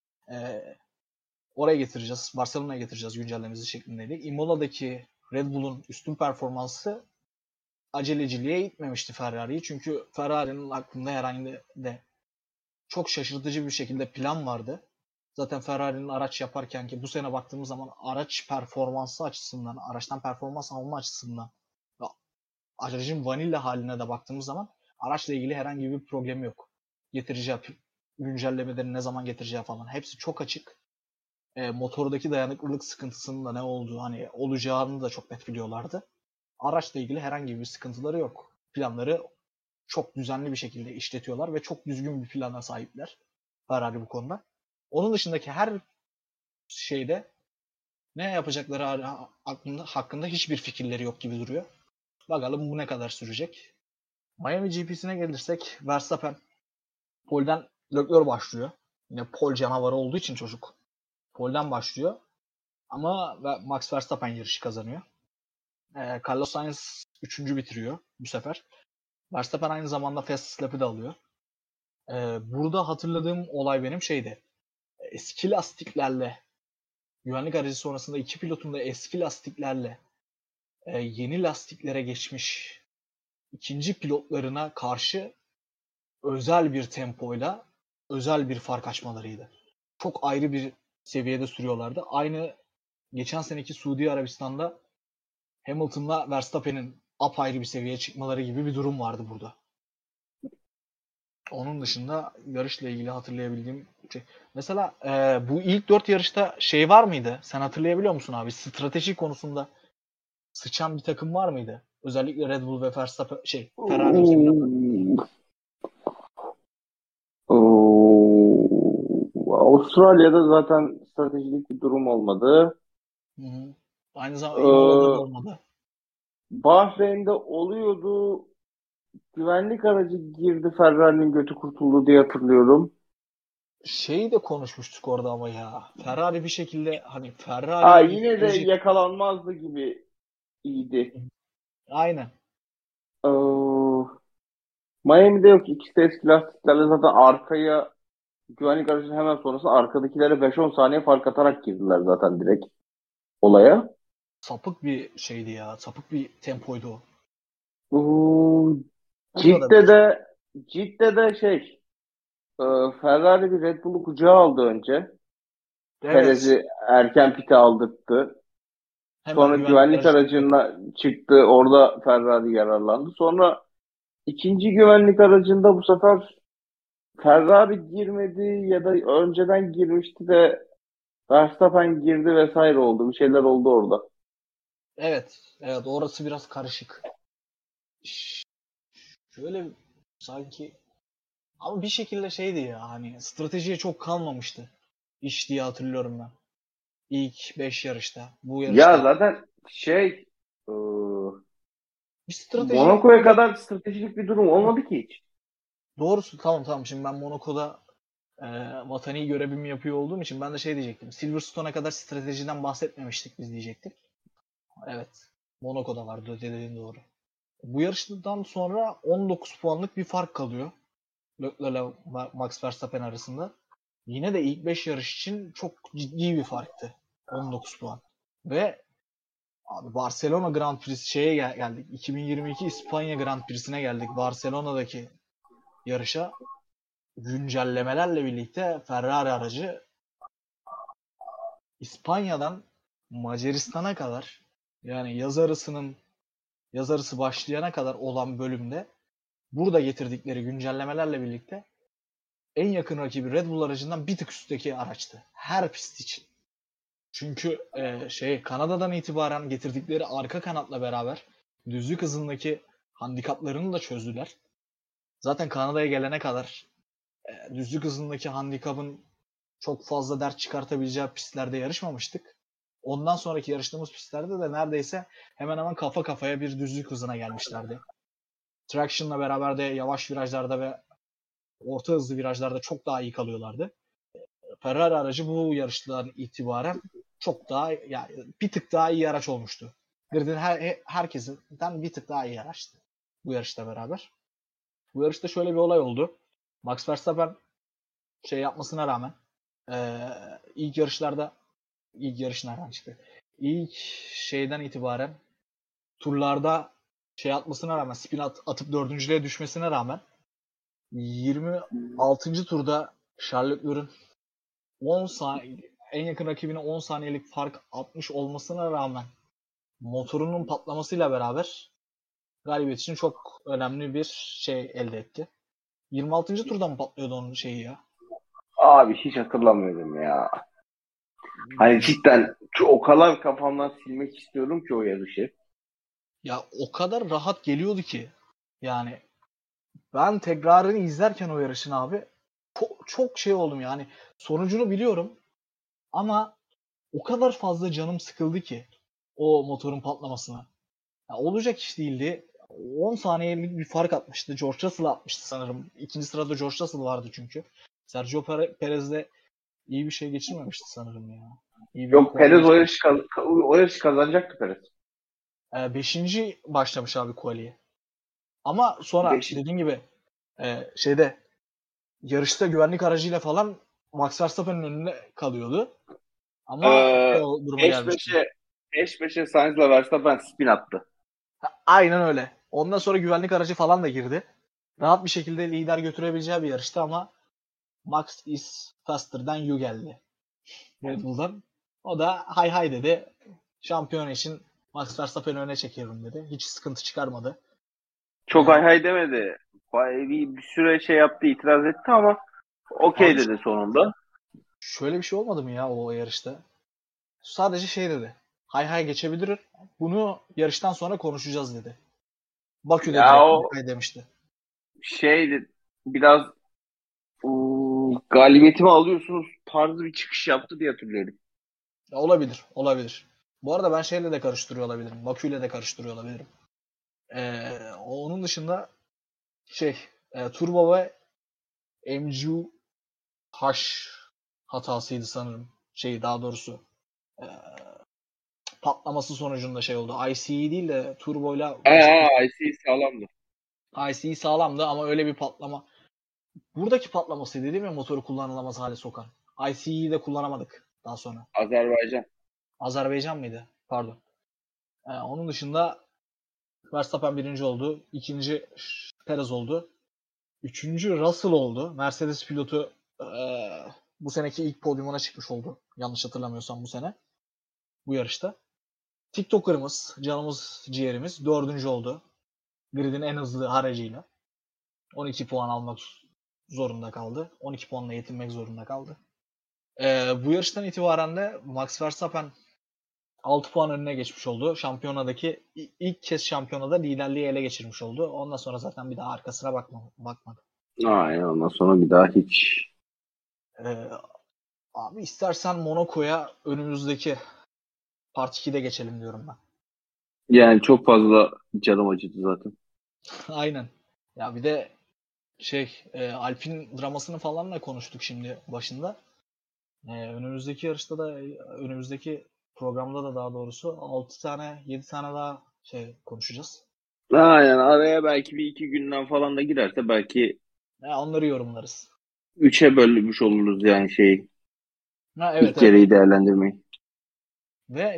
S1: Oraya getireceğiz. Barcelona'ya getireceğiz güncellememizi şeklindeydi. Imola'daki Red Bull'un üstün performansı aceleciliğe itmemişti Ferrari'yi. Çünkü Ferrari'nin aklında herhangi de çok şaşırtıcı bir şekilde plan vardı. Zaten Ferrari'nin araç yaparken ki bu sene baktığımız zaman araç performansı açısından, araçtan performans alma açısından aracın vanilla haline de baktığımız zaman araçla ilgili herhangi bir problemi yok. Getireceği güncellemeleri ne zaman getireceği falan hepsi çok açık. Motordaki dayanıklılık sıkıntısının da ne olduğu hani olacağını da çok net biliyorlardı. Araçla ilgili herhangi bir sıkıntıları yok. Planları çok düzenli bir şekilde işletiyorlar ve çok düzgün bir plana sahipler Ferrari bu konuda. Onun dışındaki her şeyde ne yapacakları hakkında hiçbir fikirleri yok gibi duruyor. Bakalım bu ne kadar sürecek. Miami GP'sine gelirsek Verstappen pole'den Leclerc başlıyor. Yine pole canavarı olduğu için çocuk pole'den başlıyor. Ama Max Verstappen yarışı kazanıyor. Carlos Sainz 3. bitiriyor bu sefer. Verstappen aynı zamanda fast lap'ı da alıyor. Burada hatırladığım olay benim şeydi. Eski lastiklerle güvenlik aracı sonrasında iki pilotun da eski lastiklerle yeni lastiklere geçmiş ikinci pilotlarına karşı özel bir tempoyla özel bir fark açmalarıydı. Çok ayrı bir seviyede sürüyorlardı. Aynı geçen seneki Suudi Arabistan'da Hamilton'la Verstappen'in apayrı bir seviyeye çıkmaları gibi bir durum vardı burada. Onun dışında yarışla ilgili hatırlayabildiğim şey. Mesela bu ilk 4 yarışta şey var mıydı? Sen hatırlayabiliyor musun abi? Strateji konusunda sıçan bir takım var mıydı? Özellikle Red Bull ve Verstappen Ferrari üzerinden.
S3: Avustralya'da zaten stratejik bir durum olmadı.
S1: Hı-hı. Aynı zamanda Imola'da da olmadı.
S3: Bahreyn'de oluyordu. Güvenlik aracı girdi, Ferrari'nin götü kurtuldu diye hatırlıyorum.
S1: Şeyi de konuşmuştuk orada ama ya. Ferrari bir şekilde hani Ferrari'yi
S3: Yine de yakalanmazdı gibi iyiydi.
S1: Aynen.
S3: Miami'de yok. İkisi de eski lastiklerle zaten arkaya güvenlik aracının hemen sonrası arkadakilere 5-10 saniye fark atarak girdiler zaten direkt olaya.
S1: Sapık bir şeydi ya. Sapık bir tempoydu o.
S3: Cidde'de Ferrari bir Red Bull'u kucağa aldı önce.
S1: Evet.
S3: Perez'i erken pite aldırttı.
S1: Hemen
S3: Sonra güvenlik aracına çıktı. Orada Ferrari yararlandı. Sonra ikinci güvenlik aracında bu sefer Ferrari girmedi ya da önceden girmişti de Verstappen girdi vesaire oldu. Bir şeyler oldu orada.
S1: Evet. Evet. Orası biraz karışık. Şöyle sanki ama bir şekilde şeydi ya hani stratejiye çok kalmamıştı. İş diye hatırlıyorum ben. İlk 5 yarışta. Bu yarışta.
S3: Ya zaten
S1: bir strateji
S3: Monaco'ya kadar stratejik bir durum olmadı ki hiç.
S1: Doğrusu tamam. Şimdi ben Monaco'da vatani görevimi yapıyor olduğum için ben de şey diyecektim. Silverstone'a kadar stratejiden bahsetmemiştik biz diyecektik. Evet. Monaco'da vardı dediğin doğru. Bu yarıştan sonra 19 puanlık bir fark kalıyor. Leclerc ile Max Verstappen arasında. Yine de ilk 5 yarış için çok ciddi bir farktı. 19 puan. Ve abi Barcelona Grand Prix geldik. 2022 İspanya Grand Prix'sine geldik. Barcelona'daki yarışa güncellemelerle birlikte Ferrari aracı İspanya'dan Macaristan'a kadar yani yaz arısı başlayana kadar olan bölümde burada getirdikleri güncellemelerle birlikte en yakın rakibi Red Bull aracından bir tık üstteki araçtı. Her pist için. Çünkü Kanada'dan itibaren getirdikleri arka kanatla beraber düzlük hızındaki handikaplarını da çözdüler. Zaten Kanada'ya gelene kadar düzlük hızındaki handikapın çok fazla dert çıkartabileceği pistlerde yarışmamıştık. Ondan sonraki yarıştığımız pistlerde de neredeyse hemen hemen kafa kafaya bir düzlük hızına gelmişlerdi. Traction'la beraber de yavaş virajlarda ve orta hızlı virajlarda çok daha iyi kalıyorlardı. Ferrari aracı bu yarışlardan itibaren çok daha yani bir tık daha iyi araç olmuştu. Grid'in herkesinden bir tık daha iyi araçtı bu yarışta beraber. Bu yarışta şöyle bir olay oldu. Max Verstappen şey yapmasına rağmen ilk yarış nereden çıktı? İlk şeyden itibaren turlarda şey atmasına rağmen atıp dördüncülüğe düşmesine rağmen 26. turda Charles Leclerc'ün 10 saniye en yakın rakibine 10 saniyelik fark atmış olmasına rağmen motorunun patlamasıyla beraber galibiyet için çok önemli bir şey elde etti. 26. turda mı patlıyordu onun şeyi ya?
S3: Abi hiç hatırlamıyorum ya. Hani cidden o kadar kafamdan silmek istiyorum ki o yarışı.
S1: Ya o kadar rahat geliyordu ki. Yani ben tekrarını izlerken o yarışın abi çok şey oldum yani. Sonucunu biliyorum ama o kadar fazla canım sıkıldı ki o motorun patlamasına. Ya olacak iş değildi. 10 saniyelik bir fark atmıştı. George Russell atmıştı sanırım. İkinci sırada George Russell vardı çünkü. Sergio Perez'le iyi bir şey geçirmemişti sanırım ya. İyi bir
S3: Yok,
S1: puan
S3: Perez
S1: geçirmemişti.
S3: o yarışı kazanacaktı Perez.
S1: Beşinci başlamış abi quali'ye. Ama sonra
S3: Beş,
S1: dediğin gibi şeyde yarışta güvenlik aracıyla falan Max Verstappen'in önünde kalıyordu. Ama
S3: Ee,
S1: o duruma
S3: peş
S1: gelmişti.
S3: peşe peş peşe Sainz'la Verstappen spin attı.
S1: Aynen öyle. Ondan sonra güvenlik aracı falan da girdi. Rahat bir şekilde lider götürebileceği bir yarıştı ama Max is faster'dan you geldi Red Bull'dan. O da hay hay dedi. Şampiyon için Max Verstappen'i öne çekiyorum dedi. Hiç sıkıntı çıkarmadı.
S3: Çok hay hay demedi. Bir süre şey yaptı, itiraz etti ama okey
S1: Abi
S3: dedi sonunda.
S1: şöyle bir şey olmadı mı ya o yarışta? Sadece şey dedi. Hay hay geçebilir. Bunu yarıştan sonra konuşacağız dedi. Bakü'de
S3: Ya
S1: direkt hay
S3: o
S1: hay demişti.
S3: şeydi biraz galibiyetimi alıyorsunuz tarzı bir çıkış yaptı diye hatırlıyorum.
S1: Ya olabilir, olabilir. Bu arada ben şeyle de karıştırıyor olabilirim. Bakü'yle de karıştırıyor olabilirim. Onun dışında şey, Turbo ve MGU-H hatasıydı sanırım. Daha doğrusu e, patlaması sonucunda şey oldu. ICE değil de turboyla başka bir
S3: IC sağlamdı.
S1: ICE sağlamdı ama öyle bir patlama. Buradaki patlamasıydı değil mi motoru kullanılamaz hale sokan? ICE'yi de kullanamadık daha sonra.
S3: Azerbaycan.
S1: Azerbaycan mıydı? Pardon. Onun dışında Verstappen birinci oldu. İkinci Perez oldu. Üçüncü Russell oldu. Mercedes pilotu bu seneki ilk podyumuna çıkmış oldu. Yanlış hatırlamıyorsam bu sene. Bu yarışta. TikToker'ımız, canımız ciğerimiz dördüncü oldu. Grid'in en hızlı aracıyla. 12 puan almak zorunda kaldı. 12 puanla yetinmek zorunda kaldı. Bu yarıştan itibaren de Max Verstappen 6 puan önüne geçmiş oldu. Şampiyonadaki ilk kez şampiyonada liderliği ele geçirmiş oldu. Ondan sonra zaten bir daha arkasına bakmadı.
S3: Aynen, ondan sonra bir daha hiç.
S1: Ee, Abi istersen Monaco'ya önümüzdeki Part 2'de geçelim diyorum ben.
S3: Yani çok fazla canım acıdı zaten.
S1: Aynen. Ya bir de Alpine dramasını falan da konuştuk şimdi başında. Önümüzdeki yarışta da önümüzdeki programda da daha doğrusu 6 tane 7 tane daha konuşacağız.
S3: Aynen, araya belki bir iki günden falan da girerse belki
S1: Onları yorumlarız.
S3: üçe bölmüş oluruz yani şeyi.
S1: Ha, evet
S3: İlk
S1: evet.
S3: yarıyı değerlendirmeyi.
S1: Ve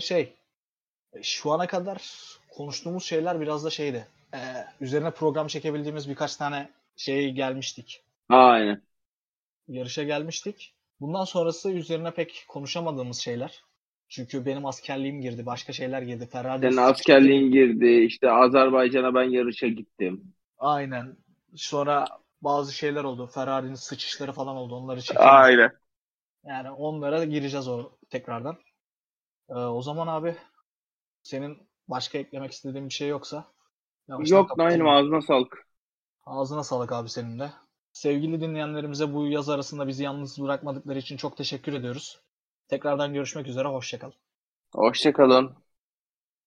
S1: şu ana kadar konuştuğumuz şeyler biraz da şeydi. Üzerine program çekebildiğimiz birkaç tane gelmiştik.
S3: Aynen.
S1: Yarışa gelmiştik. Bundan sonrası üzerine pek konuşamadığımız şeyler. Çünkü benim askerliğim girdi, başka şeyler girdi. Ferrari'nin
S3: Senin
S1: sıçışları
S3: askerliğin
S1: girdi.
S3: girdi. İşte Azerbaycan'a ben yarışa gittim.
S1: Aynen. Sonra bazı şeyler oldu. Ferrari'nin sıçışları falan oldu. Onları çekemedik.
S3: Aynen.
S1: Yani onlara gireceğiz tekrardan. O zaman abi senin başka eklemek istediğin bir şey yoksa yavaştan
S3: Yok Nail'im,
S1: kapatalım.
S3: ağzına sağlık.
S1: Ağzına sağlık abi senin de. Sevgili dinleyenlerimize bu yaz arasında bizi yalnız bırakmadıkları için çok teşekkür ediyoruz. Tekrardan görüşmek üzere. Hoşça kalın.
S3: Hoşça kalın.